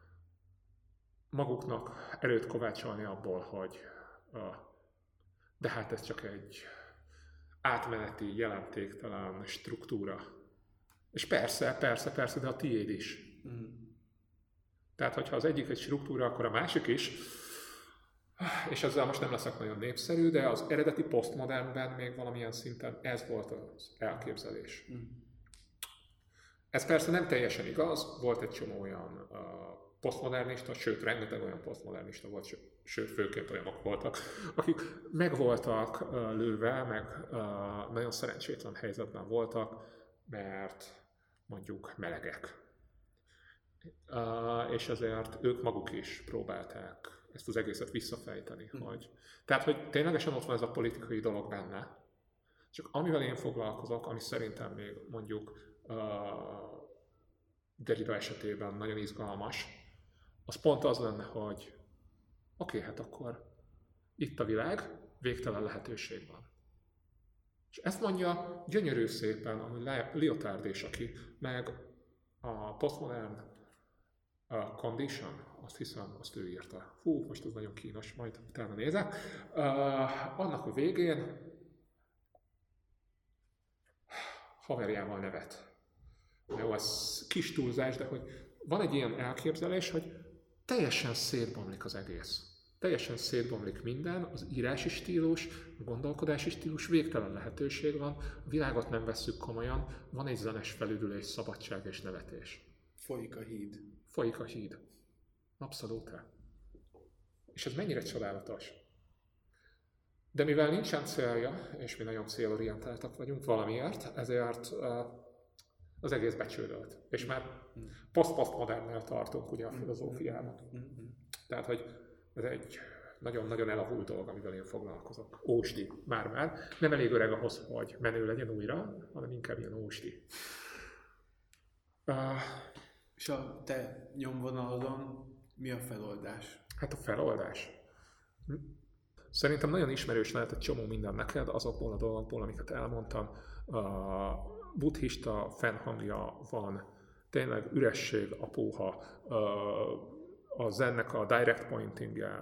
maguknak erőt kovácsolni abból, hogy de hát ez csak egy átmeneti, jelentéktelen struktúra. És persze, persze, persze, de a tiéd is. Mm. Tehát, hogyha az egyik egy struktúra, akkor a másik is, és ezzel most nem leszek nagyon népszerű, de az eredeti posztmodernben még valamilyen szinten ez volt az elképzelés. Mm. Ez persze nem teljesen igaz, volt egy csomó olyan uh, posztmodernista, sőt, rengeteg olyan posztmodernista volt, sőt, főként olyanok voltak, akik meg voltak uh, lőve, meg uh, nagyon szerencsétlen helyzetben voltak, mert mondjuk melegek. Uh, és ezért ők maguk is próbálták ezt az egészet visszafejteni. Mm. Hogy, tehát, hogy ténylegesen ott van ez a politikai dolog benne, csak amivel én foglalkozok, ami szerintem még mondjuk uh, Derrida esetében nagyon izgalmas, az pont az lenne, hogy oké, okay, hát akkor itt a világ, végtelen lehetőség van. És ezt mondja gyönyörű szépen, ami Lyotard is, aki meg a Postmodern uh, Condition, azt hiszem, azt ő írta. Hú, most ez nagyon kínos, majd utána nézek. Uh, annak a végén haverjával nevet. Jó, ez kis túlzás, de hogy van egy ilyen elképzelés, hogy teljesen szétbomlik az egész. Teljesen szétbomlik minden, az írási stílus, a gondolkodási stílus, végtelen lehetőség van, a világot nem vesszük komolyan, van egy zenes felüdülés, szabadság és nevetés. Folyik a híd. Folyik a híd. Abszolút. És ez mennyire csodálatos. De mivel nincsen célja, és mi nagyon célorientáltak vagyunk valamiért, ezért az egész becsődölt. És már poszt-posztmodernnel tartunk ugye a filozófiában. Tehát, hogy ez egy nagyon-nagyon elavult dolog, amivel én foglalkozok. Ósdi, már-már. Nem elég öreg ahhoz, hogy menő legyen újra, hanem inkább ilyen ósdi. Uh, És a te nyomvonalodon mi a feloldás? Hát a feloldás? Szerintem nagyon ismerős lehet egy csomó minden neked, azokból a dolgokból, amiket elmondtam. A buddhista fennhangja van, tényleg üresség, apóha, a zennek a direct pointingje,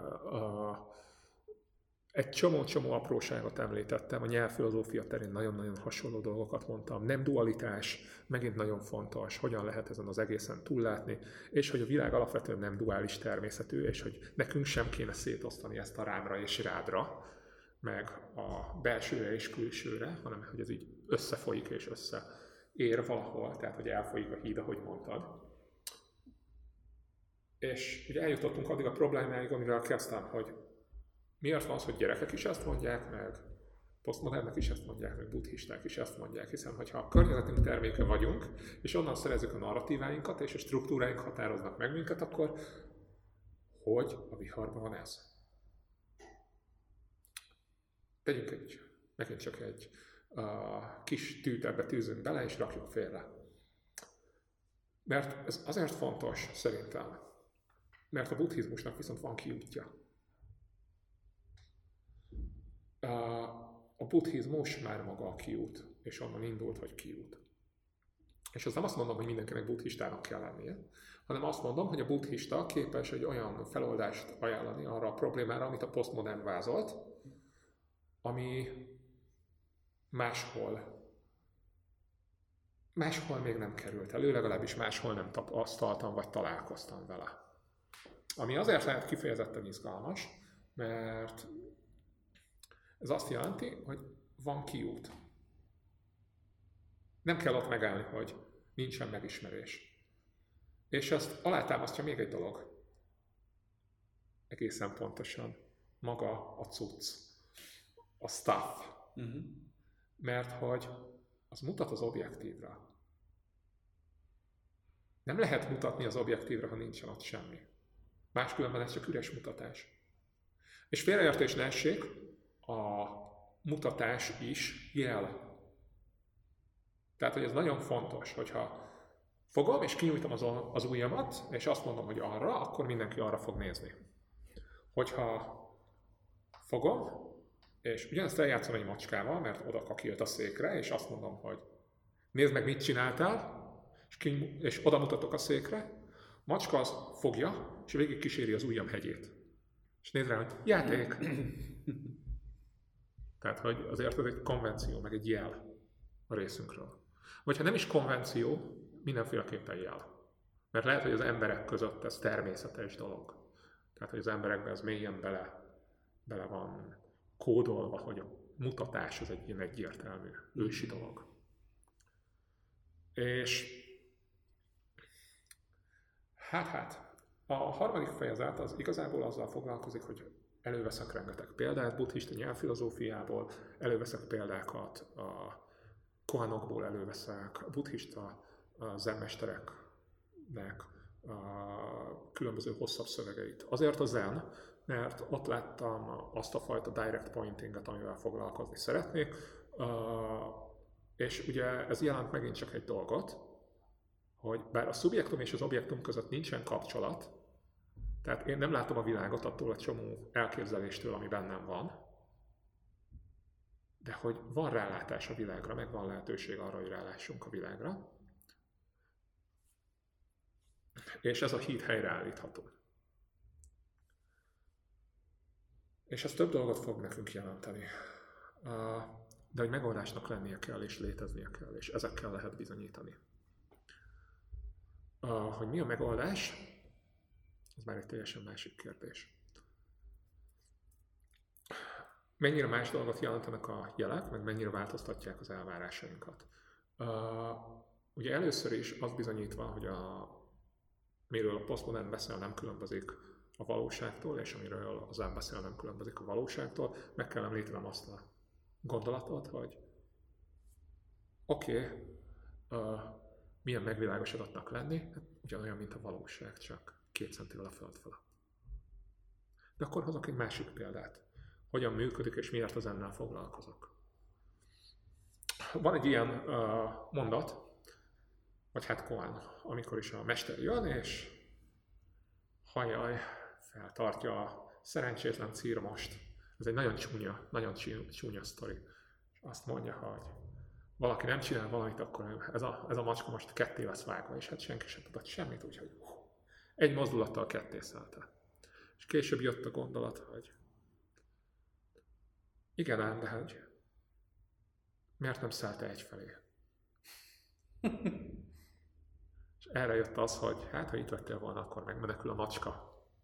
egy csomó-csomó apróságot említettem, a nyelvfilozófia terén nagyon-nagyon hasonló dolgokat mondtam, nem dualitás, megint nagyon fontos, hogyan lehet ezen az egészen túllátni, és hogy a világ alapvetően nem duális természetű, és hogy nekünk sem kéne szétosztani ezt a rámra és rádra, meg a belsőre és külsőre, hanem hogy ez így összefolyik és összeér valahol, tehát hogy elfolyik a híd, ahogy mondtad. És ugye eljutottunk addig a problémáig, amivel kezdtem, hogy miért van az, hogy gyerekek is ezt mondják, meg posztmodernek is ezt mondják, meg buddhisták is ezt mondják, hiszen hogyha a környezetünk terméke vagyunk, és onnan szerezzük a narratíváinkat, és a struktúráink határoznak meg minket, akkor hogy a viharban van ez? Tegyünk egy, megint csak egy uh, kis tűt ebbe tűzünk bele, és rakjuk félre. Mert ez azért fontos, szerintem, mert a buddhizmusnak viszont van kiútja. A buddhizmus már maga a kiút, és onnan indult, hogy kiút. És azt nem azt mondom, hogy mindenkinek buddhistának kell lennie, hanem azt mondom, hogy a buddhista képes egy olyan feloldást ajánlani arra a problémára, amit a posztmodern vázolt, ami máshol, máshol még nem került elő, legalábbis máshol nem tapasztaltam, vagy találkoztam vele. Ami azért lehet kifejezetten izgalmas, mert ez azt jelenti, hogy van kiút. Nem kell ott megállni, hogy nincsen megismerés. És ezt alátámasztja még egy dolog. Egészen pontosan. Maga a cucc. A stuff. Uh-huh. Mert hogy az mutat az objektívra. Nem lehet mutatni az objektívra, ha nincsen ott semmi. Máskülönben ez csak üres mutatás. És félreértés ne essék, a mutatás is jel. Tehát, hogy ez nagyon fontos, hogyha fogom és kinyújtom az, az ujjamat, és azt mondom, hogy arra, akkor mindenki arra fog nézni. Hogyha fogom, és ugyanezt eljátszom egy macskával, mert oda kakilt a székre, és azt mondom, hogy nézd meg, mit csináltál, és, ki, és oda mutatok a székre, a macska az fogja, és végig kíséri az ujjam hegyét. És nézd rá, hogy játék! Tehát, hogy azért ez egy konvenció, meg egy jel a részünkről. Vagy ha nem is konvenció, mindenféleképpen jel. Mert lehet, hogy az emberek között ez természetes dolog. Tehát, hogy az emberekben ez mélyen bele, bele van kódolva, hogy a mutatás az egy ilyen egyértelmű, ősi dolog. És hát, hát, A harmadik fejezet az igazából azzal foglalkozik, hogy előveszek rengeteg példát buddhista nyelvfilozófiából, előveszek példákat a koanokból, előveszek a buddhista zenmestereknek a különböző hosszabb szövegeit. Azért a zen, mert ott láttam azt a fajta direct pointinget, amivel foglalkozni szeretnék, és ugye ez jelent megint csak egy dolgot, hogy bár a szubjektum és az objektum között nincsen kapcsolat, tehát én nem látom a világot attól a csomó elképzeléstől, ami bennem van, de hogy van rálátás a világra, meg van lehetőség arra, hogy rálássunk a világra, és ez a híd helyreállítható. És ez több dolgot fog nekünk jelenteni. De hogy megoldásnak lennie kell, és léteznie kell, és ezekkel lehet bizonyítani. Hogy mi a megoldás, ez már egy teljesen másik kérdés. Mennyire más dolgot jelentenek a jelek, meg mennyire változtatják az elvárásainkat. Ugye először is az bizonyítva, hogy a miről a posztmodern beszél, nem különbözik a valóságtól, és amiről az zen beszél, nem különbözik a valóságtól, meg kell említenem azt a gondolatot, hogy oké, okay, uh, milyen megvilágosodottnak lenni, hát ugyanolyan, mint a valóság, csak két centivel a föld fölött. De akkor hozok egy másik példát. Hogyan működik, és miért az ennel foglalkozok. Van egy ilyen uh, mondat, vagy hát koán, amikor is a mester jön, és hajjaj, feltartja a szerencsétlen círmost. Ez egy nagyon csúnya, nagyon csúnya sztori. És azt mondja, hogy valaki nem csinál valamit, akkor ez a, ez a macska most ketté lesz vágva, és hát senki sem tudott semmit, úgyhogy egy mozdulattal ketté szelte. És később jött a gondolat, hogy igen ám, de hogy miért nem szelte egyfelé? És erre jött az, hogy hát, ha itt vettél volna, akkor megmenekül a macska.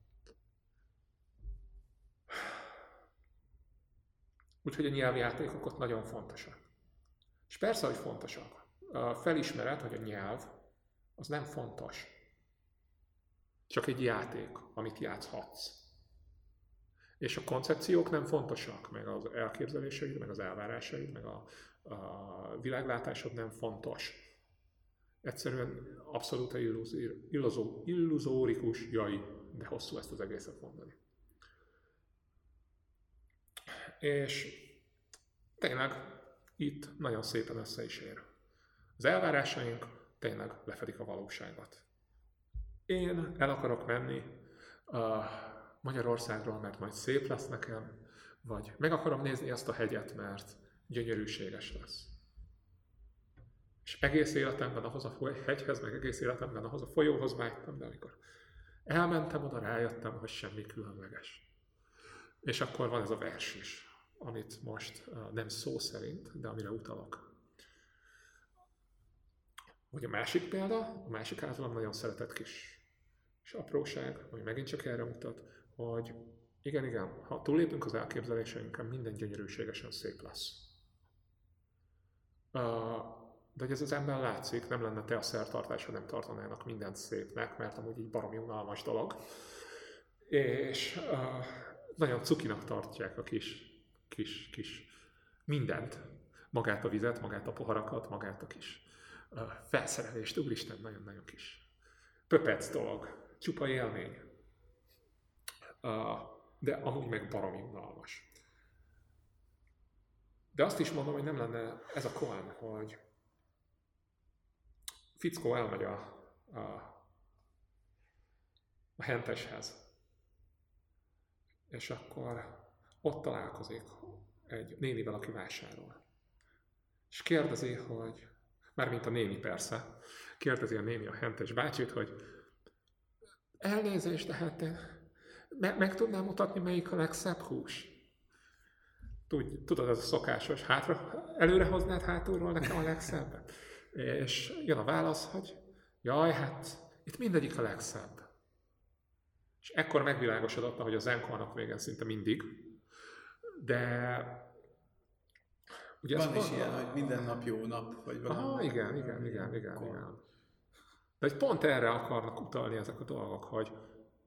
Úgyhogy a nyelvjátékok ott nagyon fontosak. És persze, hogy fontosak. Felismered, hogy a nyelv az nem fontos. Csak egy játék, amit játszhatsz. És a koncepciók nem fontosak, meg az elképzeléseid, meg az elvárásaid, meg a, a világlátásod nem fontos. Egyszerűen abszolút illuzó, illuzórikus, jaj, de hosszú ezt az egészet mondani. És tényleg itt nagyon szépen össze is ér. Az elvárásaink tényleg lefedik a valóságot. Én el akarok menni a Magyarországról, mert majd szép lesz nekem, vagy meg akarom nézni ezt a hegyet, mert gyönyörűséges lesz. És egész életemben ahhoz a hegyhez, meg egész életemben ahhoz a folyóhoz vágytam, de amikor elmentem oda, rájöttem, hogy semmi különleges. És akkor van ez a vers is, amit most nem szó szerint, de amire utalok. Hogy a másik példa, a másik általam nagyon szeretett kis, kis apróság, ami megint csak erre mutat, hogy igen, igen, ha túllépünk az elképzeléseinken, minden gyönyörűségesen szép lesz. De hogy ez az ember látszik, nem lenne te a szertartás, ha nem tartanának mindent szépnek, mert amúgy így baromi unalmas dolog. És uh, nagyon cukinak tartják a kis, kis, kis mindent. Magát a vizet, magát a poharakat, magát a kis uh, felszerelést. Úristen, nagyon-nagyon kis pöpec dolog, csupa élmény. Uh, de amúgy meg baromi unalmas. De azt is mondom, hogy nem lenne ez a koán, hogy fickó elmegy a, a, a henteshez, és akkor ott találkozik egy nénivel, aki vásárol. És kérdezi, hogy, mármint a néni persze, kérdezi a néni a hentes bácsit, hogy elnézést, de hát me- meg tudnám mutatni, melyik a legszebb hús? Tudod, ez a szokásos, hátra, előre hoznád hátulról nekem a legszebbet? És jön a válasz, hogy jaj, hát itt mindegyik a legszebb. És ekkor megvilágosodott, hogy a zenkoanok végén szinte mindig, de ugye van is ilyen, hogy minden nap jó nap, vagy valami. Aha, igen, igen, igen, igen, igen. De hogy pont erre akarnak utalni ezek a dolgok, hogy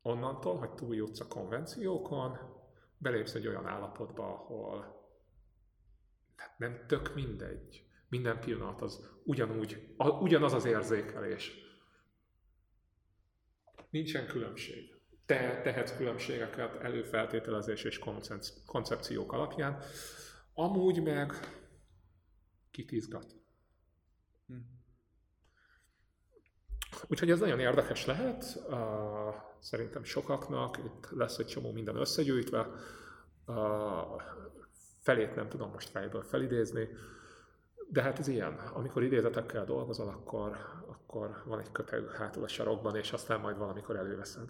onnantól, hogy túljutsz a konvenciókon, belépsz egy olyan állapotba, ahol nem tök mindegy. Minden pillanat az ugyanúgy, a, ugyanaz az érzékelés. Nincsen különbség. Te tehetsz különbségeket előfeltételezés és koncepciók alapján, amúgy meg kitizgat. Hm. Úgyhogy ez nagyon érdekes lehet, uh, szerintem sokaknak, itt lesz egy csomó minden összegyűjtve, uh, felét nem tudom most fejből felidézni, de hát ez ilyen, amikor idézetekkel dolgozol, akkor, akkor van egy köteg hátul a sarokban, és aztán majd valamikor előveszed.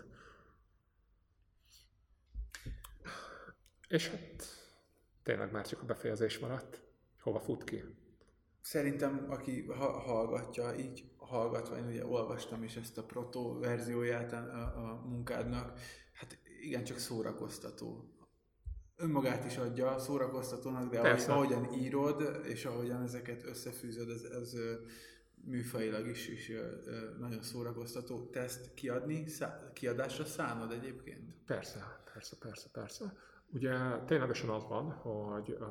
És hát tényleg már csak a befejezés maradt. Hova fut ki? Szerintem, aki ha- hallgatja, így hallgatva, én ugye olvastam is ezt a proto verzióját a, a munkádnak, hát igencsak szórakoztató. Önmagát is adja szórakoztatónak, de ahogy, ahogyan írod, és ahogyan ezeket összefűzöd, ez, ez műfajilag is, is nagyon szórakoztató. Te ezt kiadni, szá, kiadásra szánod egyébként? Persze, persze, persze, persze. Ugye ténylegesen az van, hogy uh,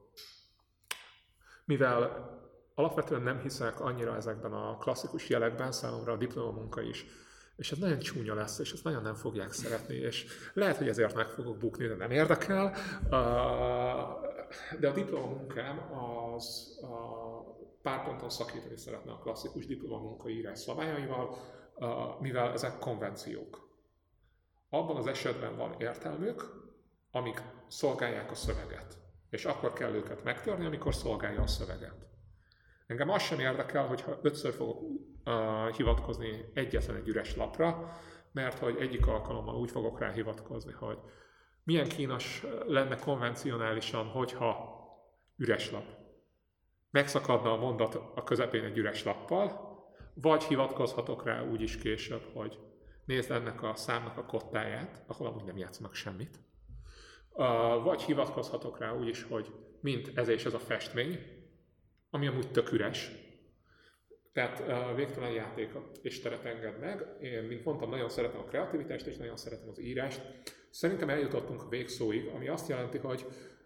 mivel alapvetően nem hiszek annyira ezekben a klasszikus jelekben, számomra a diplomamunka is, és ez nagyon csúnya lesz, és ezt nagyon nem fogják szeretni, és lehet, hogy ezért meg fogok bukni, de nem érdekel. Uh, de a diplomamunkám az uh, pár ponton szakítani szeretne a klasszikus diplomamunka írás szabályaival, uh, mivel ezek konvenciók. Abban az esetben van értelmük, amik szolgálják a szöveget. És akkor kell őket megtörni, amikor szolgálja a szöveget. Engem az sem érdekel, hogyha ötször fogok uh, hivatkozni egyetlen egy üres lapra, mert hogy egyik alkalommal úgy fogok rá hivatkozni, hogy milyen kínos lenne konvencionálisan, hogyha üres lap. Megszakadna a mondat a közepén egy üres lappal, vagy hivatkozhatok rá úgy is később, hogy nézd ennek a számnak a kottáját, ahol amúgy nem játszanak semmit. Uh, vagy hivatkozhatok rá úgy is, hogy mint ez és ez a festmény, ami amúgy tök üres. Tehát uh, végtelen játékot és teret enged meg. Én, mint mondtam, nagyon szeretem a kreativitást, és nagyon szeretem az írást. Szerintem eljutottunk a végszóig, ami azt jelenti, hogy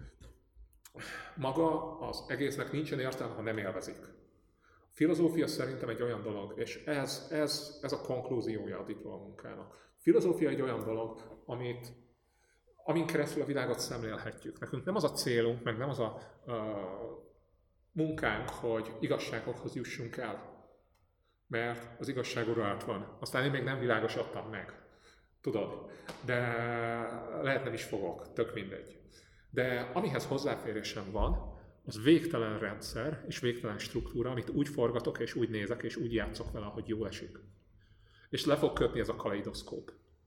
maga az egésznek nincsen értelme, ha nem élvezik. A filozófia szerintem egy olyan dolog, és ez, ez, ez a konklúziója a diplomamunkának. A filozófia egy olyan dolog, amit amin keresztül a világot szemlélhetjük. Nekünk nem az a célunk, meg nem az a uh, munkánk, hogy igazságokhoz jussunk el. Mert az igazság uralt van. Aztán én még nem világosodtam meg. Tudod? De lehet nem is fogok, tök mindegy. De amihez hozzáférésem van, az végtelen rendszer és végtelen struktúra, amit úgy forgatok, és úgy nézek, és úgy játszok vele, ahogy jól esik. És le fog kötni ez a kaleidoszkóp.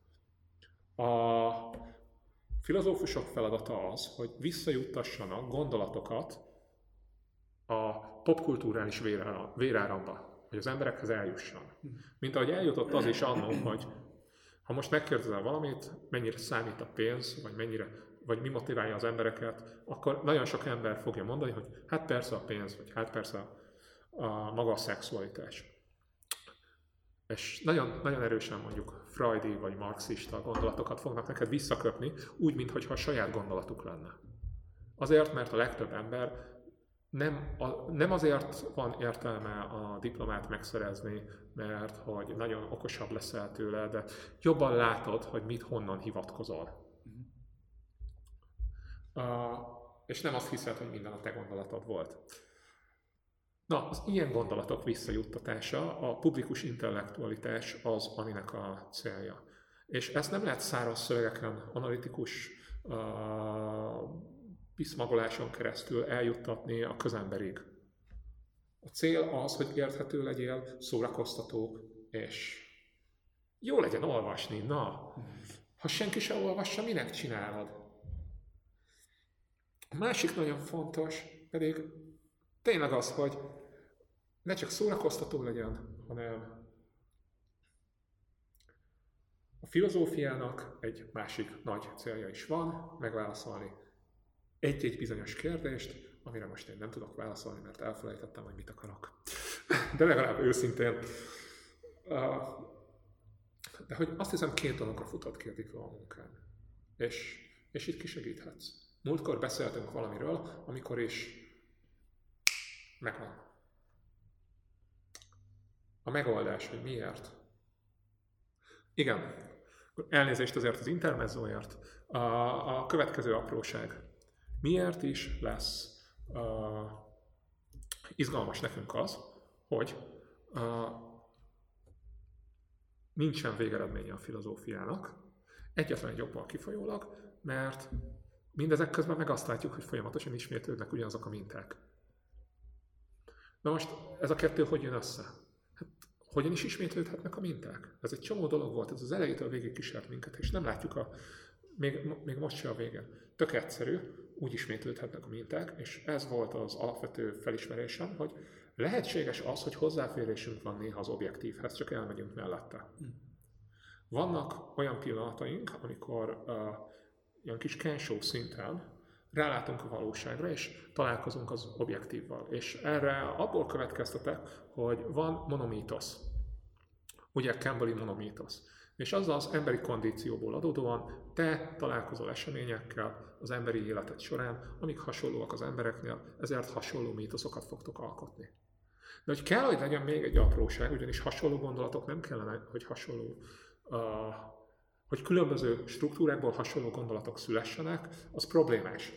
A filozófusok feladata az, hogy visszajuttassanak gondolatokat a popkulturális véráramba, hogy az emberekhez eljusson. Mint ahogy eljutott az is annó, hogy ha most megkérdezel valamit, mennyire számít a pénz, vagy mennyire, vagy mi motiválja az embereket, akkor nagyon sok ember fogja mondani, hogy hát persze a pénz, vagy hát persze a, a maga a szexualitás. És nagyon, nagyon erősen mondjuk freudi vagy marxista gondolatokat fognak neked visszaköpni, úgy, mintha a saját gondolatuk lenne. Azért, mert a legtöbb ember nem, a, nem azért van értelme a diplomát megszerezni, mert hogy nagyon okosabb leszel tőle, de jobban látod, hogy mit honnan hivatkozol. Uh, és nem azt hiszed, hogy minden a te gondolatod volt. Na, az ilyen gondolatok visszajuttatása, a publikus intellektualitás az, aminek a célja. És ezt nem lehet száraz szövegeken, analitikus uh, piszmagoláson keresztül eljuttatni a közemberig. A cél az, hogy érthető legyél, szórakoztató, és jó legyen olvasni. Na, ha senki sem olvassa, minek csinálod? A másik nagyon fontos pedig tényleg az, hogy ne csak szórakoztató legyen, hanem a filozófiának egy másik nagy célja is van, megválaszolni egy-egy bizonyos kérdést, amire most én nem tudok válaszolni, mert elfelejtettem, hogy mit akarok. De legalább őszintén. De hogy azt hiszem, két dologra futott ki a diplomamunkán. És, és itt kisegíthetsz. Múltkor beszéltünk valamiről, amikor is megvan. A megoldás, hogy miért. Igen, elnézést azért az intermezzóért. A, a következő apróság. Miért is lesz uh, izgalmas nekünk az, hogy uh, nincsen végeredménye a filozófiának, egyetlen egy okból kifolyólag, mert mindezek közben meg azt látjuk, hogy folyamatosan ismétlődnek ugyanazok a minták. Na most ez a kettő hogy jön össze? Hát, hogyan is ismétlődhetnek a minták? Ez egy csomó dolog volt, ez az elejétől végig kísért minket, és nem látjuk a, még, még most se a végén. Tök egyszerű, úgy ismétlődhetnek a minták, és ez volt az alapvető felismerésem, hogy lehetséges az, hogy hozzáférésünk van néha az objektívhez, csak elmegyünk mellette. Vannak olyan pillanataink, amikor uh, ilyen kis kensó szinten rálátunk a valóságra, és találkozunk az objektívval. És erre abból következtetek, hogy van monomítosz. Ugye Campbelli monomítosz. És azzal az emberi kondícióból adódóan te találkozol eseményekkel az emberi életed során, amik hasonlóak az embereknél, ezért hasonló mítoszokat fogtok alkotni. De hogy kell, hogy legyen még egy apróság, ugyanis hasonló gondolatok nem kellene, hogy hasonló, uh, hogy különböző struktúrákból hasonló gondolatok szülessenek, az problémás.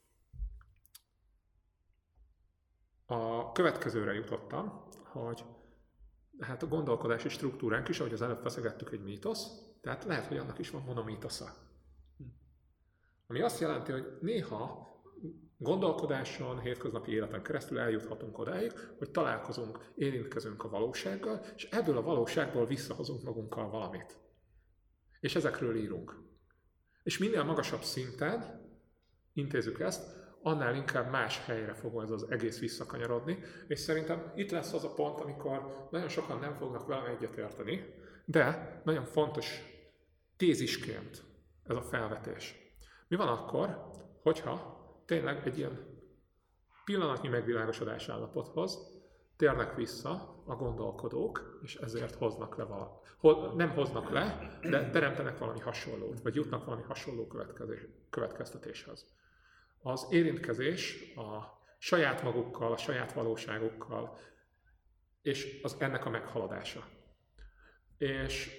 A következőre jutottam, hogy hát a gondolkodási struktúránk is, ahogy az előbb feszegettük, egy mítosz, tehát lehet, hogy annak is van monomítosza. Ami azt jelenti, hogy néha gondolkodáson, hétköznapi életen keresztül eljuthatunk odáig, hogy találkozunk, érintkezünk a valósággal, és ebből a valóságból visszahozunk magunkkal valamit. És ezekről írunk. És minél magasabb szinten intézzük ezt, annál inkább más helyre fog ez az egész visszakanyarodni, és szerintem itt lesz az a pont, amikor nagyon sokan nem fognak velem egyetérteni, de nagyon fontos tézisként ez a felvetés. Mi van akkor, hogyha tényleg egy ilyen pillanatnyi megvilágosodás állapothoz térnek vissza a gondolkodók, és ezért hoznak le valamit. Nem hoznak le, de teremtenek valami hasonlót, vagy jutnak valami hasonló következtetéshez. Az érintkezés a saját magukkal, a saját valóságukkal, és az ennek a meghaladása. És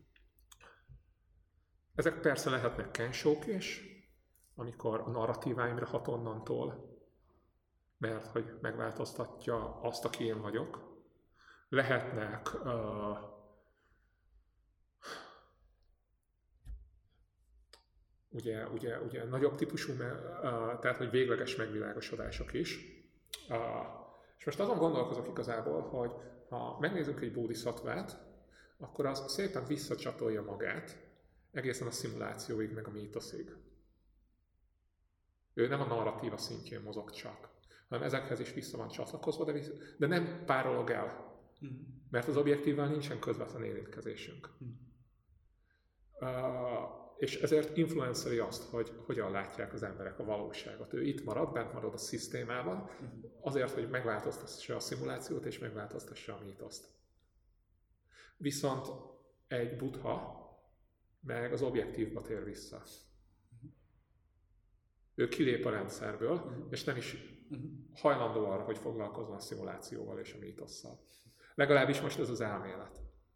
ezek persze lehetnek kensók is, amikor a narratíváimra hat onnantól, mert hogy megváltoztatja azt, aki én vagyok. Lehetnek uh, ugye, ugye, ugye nagyobb típusú, uh, tehát hogy végleges megvilágosodások is. Uh, és most azon gondolkozok igazából, hogy ha megnézzünk egy bódiszattvát, akkor az szépen visszacsatolja magát egészen a szimulációig, meg a mítoszig. Ő nem a narratíva szintjén mozog csak, hanem ezekhez is vissza van csatlakozva, de, vissza, de nem párolog el, mert az objektívvel nincsen közvetlen érintkezésünk. Uh, és ezért influenceri azt, hogy hogyan látják az emberek a valóságot. Ő itt marad, bent marad a szisztémában, azért, hogy megváltoztassa a szimulációt és megváltoztassa a mítoszt. Viszont egy Buddha meg az objektívba tér vissza. Ő kilép a rendszerből, uh-huh. és nem is uh-huh. hajlandó arra, hogy foglalkozzon a szimulációval és a mítosszal. Legalábbis most ez az elmélet.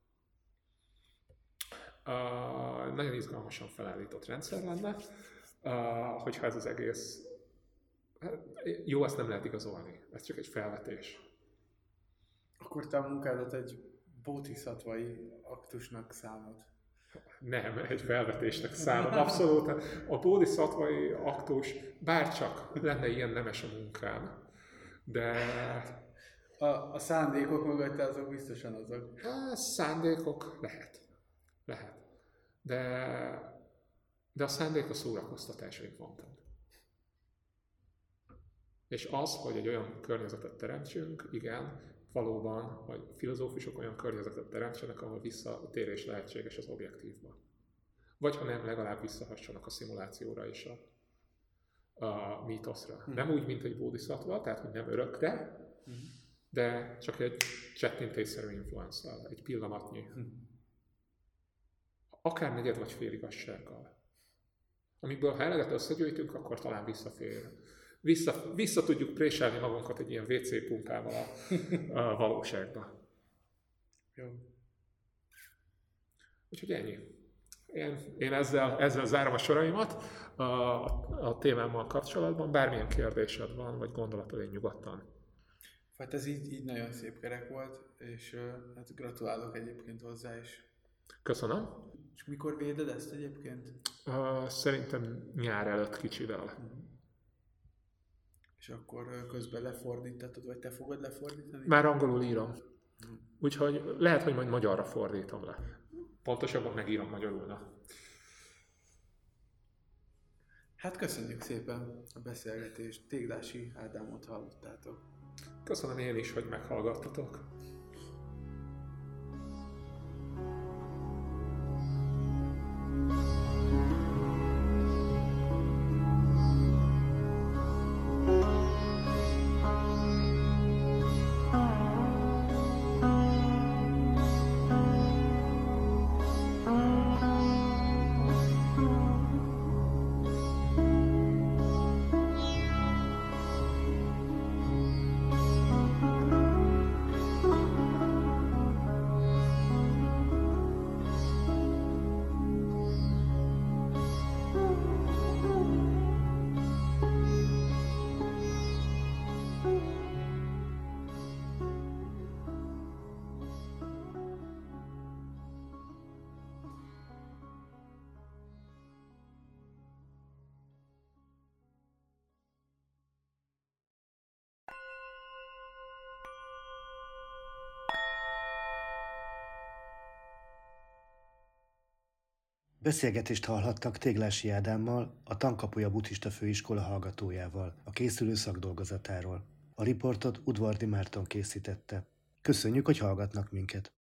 Uh, nagyon izgalmasan felállított rendszer lenne, uh, hogyha ez az egész... Jó, ezt nem lehet igazolni, ez csak egy felvetés. Akkor te a munkádat egy bódhiszattvai aktusnak számod? Nem, egy felvetésnek számom. Abszolút. A bódhiszattvai aktus, bárcsak lenne ilyen nemes a munkám, de... A, a szándékok mögött azok biztosan azok. A szándékok lehet. Lehet. De, de a szándék a szórakoztatás, mint mondtam. És az, hogy egy olyan környezetet teremtsünk, igen, valóban, hogy filozófusok olyan környezetet teremtsenek, ahol visszatérés lehetséges az objektívba. Vagy ha nem, legalább visszahassanak a szimulációra és a, a mítoszra. Hmm. Nem úgy, mint egy bódhiszattva, tehát hogy nem örökre, hmm. de csak egy csettintésszerű influencer, egy pillanatnyi. Hmm. akár negyed vagy fél igazsággal. Amikből ha eleget összegyűjtünk, akkor talán visszafér. Vissza, vissza tudjuk préselni magunkat egy ilyen vé cé pumpával a, a valóságba. Jó. Úgyhogy ennyi. Én, én ezzel, ezzel zárom a soraimat a, a témámmal kapcsolatban. Bármilyen kérdésed van, vagy gondolatod, én nyugodtan. Hát ez így, így nagyon szép kerek volt, és uh, hát gratulálok egyébként hozzá is. Köszönöm. És mikor véded ezt egyébként? Uh, szerintem nyár előtt kicsivel. Uh-huh. És akkor uh, közben lefordítatod, vagy te fogod lefordítani? Már angolul írom. Uh-huh. Úgyhogy lehet, hogy majd magyarra fordítom le. Pontosabban megírom magyarul. Na. Hát köszönjük szépen a beszélgetést. Téglási Ádámot hallottátok. Köszönöm én is, hogy meghallgattatok. Beszélgetést hallhattak Téglási Ádámmal, a Tankapuja Buddhista Főiskola hallgatójával, a készülő szakdolgozatáról. A riportot Udvardi Márton készítette. Köszönjük, hogy hallgatnak minket!